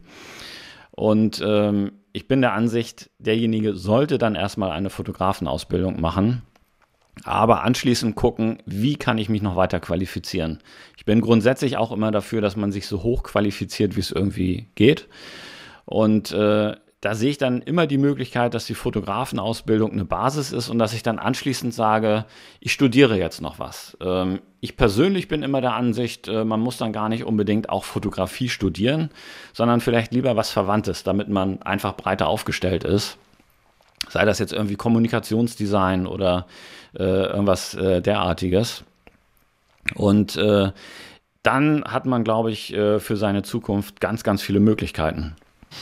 Und ähm, ich bin der Ansicht, derjenige sollte dann erstmal eine Fotografenausbildung machen, aber anschließend gucken, wie kann ich mich noch weiter qualifizieren. Ich bin grundsätzlich auch immer dafür, dass man sich so hoch qualifiziert, wie es irgendwie geht. Und äh, da sehe ich dann immer die Möglichkeit, dass die Fotografenausbildung eine Basis ist und dass ich dann anschließend sage, ich studiere jetzt noch was. Ähm, ich persönlich bin immer der Ansicht, äh, man muss dann gar nicht unbedingt auch Fotografie studieren, sondern vielleicht lieber was Verwandtes, damit man einfach breiter aufgestellt ist. Sei das jetzt irgendwie Kommunikationsdesign oder äh, irgendwas äh, derartiges. Und äh, dann hat man, glaube ich, äh, für seine Zukunft ganz, ganz viele Möglichkeiten.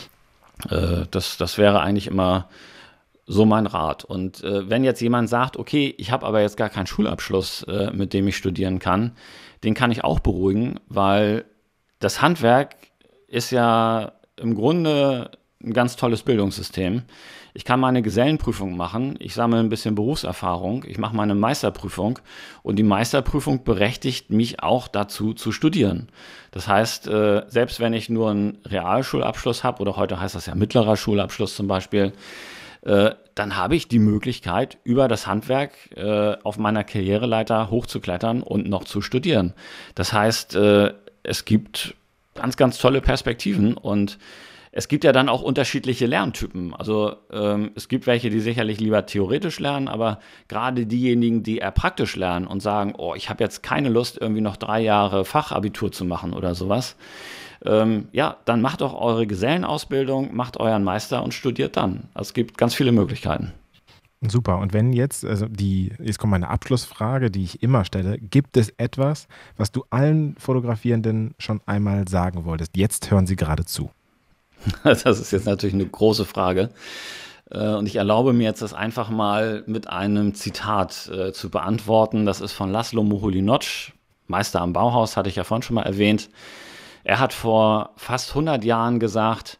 Äh, das, das wäre eigentlich immer so mein Rat. Und äh, wenn jetzt jemand sagt, okay, ich habe aber jetzt gar keinen Schulabschluss, äh, mit dem ich studieren kann, den kann ich auch beruhigen, weil das Handwerk ist ja im Grunde ein ganz tolles Bildungssystem. Ich kann meine Gesellenprüfung machen, ich sammle ein bisschen Berufserfahrung, ich mache meine Meisterprüfung und die Meisterprüfung berechtigt mich auch dazu zu studieren. Das heißt, äh, selbst wenn ich nur einen Realschulabschluss habe, oder heute heißt das ja mittlerer Schulabschluss zum Beispiel, äh, dann habe ich die Möglichkeit, über das Handwerk äh, auf meiner Karriereleiter hochzuklettern und noch zu studieren. Das heißt, äh, es gibt ganz, ganz tolle Perspektiven und es gibt ja dann auch unterschiedliche Lerntypen. Also ähm, es gibt welche, die sicherlich lieber theoretisch lernen, aber gerade diejenigen, die eher praktisch lernen und sagen, oh, ich habe jetzt keine Lust, irgendwie noch drei Jahre Fachabitur zu machen oder sowas, ähm, ja, dann macht doch eure Gesellenausbildung, macht euren Meister und studiert dann. Also es gibt ganz viele Möglichkeiten. Super. Und wenn jetzt, also die, jetzt kommt meine Abschlussfrage, die ich immer stelle, gibt es etwas, was du allen Fotografierenden schon einmal sagen wolltest? Jetzt hören sie gerade zu. Das ist jetzt natürlich eine große Frage. Und ich erlaube mir jetzt das einfach mal mit einem Zitat äh, zu beantworten. Das ist von Laszlo Moholy-Nagy, Meister am Bauhaus, hatte ich ja vorhin schon mal erwähnt. Er hat vor fast hundert Jahren gesagt,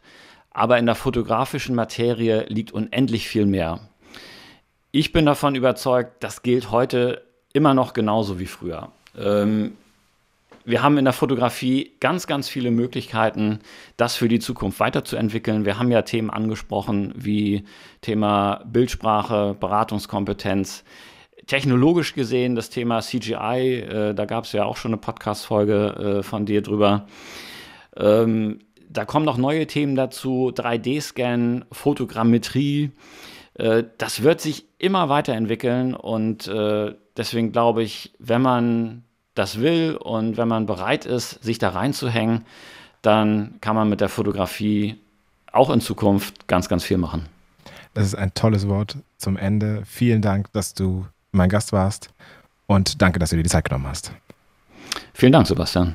aber in der fotografischen Materie liegt unendlich viel mehr. Ich bin davon überzeugt, das gilt heute immer noch genauso wie früher. Ähm, wir haben in der Fotografie ganz, ganz viele Möglichkeiten, das für die Zukunft weiterzuentwickeln. Wir haben ja Themen angesprochen wie Thema Bildsprache, Beratungskompetenz. Technologisch gesehen das Thema C G I, äh, da gab es ja auch schon eine Podcast-Folge äh, von dir drüber. Ähm, da kommen noch neue Themen dazu, drei D-Scan, Fotogrammetrie. Äh, das wird sich immer weiterentwickeln und äh, deswegen glaube ich, wenn man das will und wenn man bereit ist, sich da reinzuhängen, dann kann man mit der Fotografie auch in Zukunft ganz, ganz viel machen. Das ist ein tolles Wort zum Ende. Vielen Dank, dass du mein Gast warst und danke, dass du dir die Zeit genommen hast. Vielen Dank, Sebastian.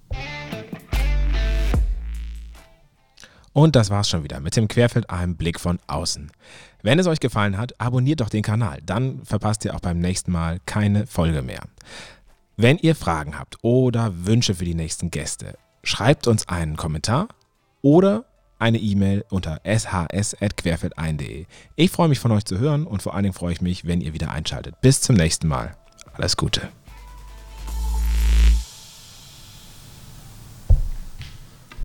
Und das war's schon wieder mit dem Querfeld ein Blick von außen. Wenn es euch gefallen hat, abonniert doch den Kanal, dann verpasst ihr auch beim nächsten Mal keine Folge mehr. Wenn ihr Fragen habt oder Wünsche für die nächsten Gäste, schreibt uns einen Kommentar oder eine E-Mail unter s h s at querfeld ein punkt de. Ich freue mich von euch zu hören und vor allen Dingen freue ich mich, wenn ihr wieder einschaltet. Bis zum nächsten Mal. Alles Gute.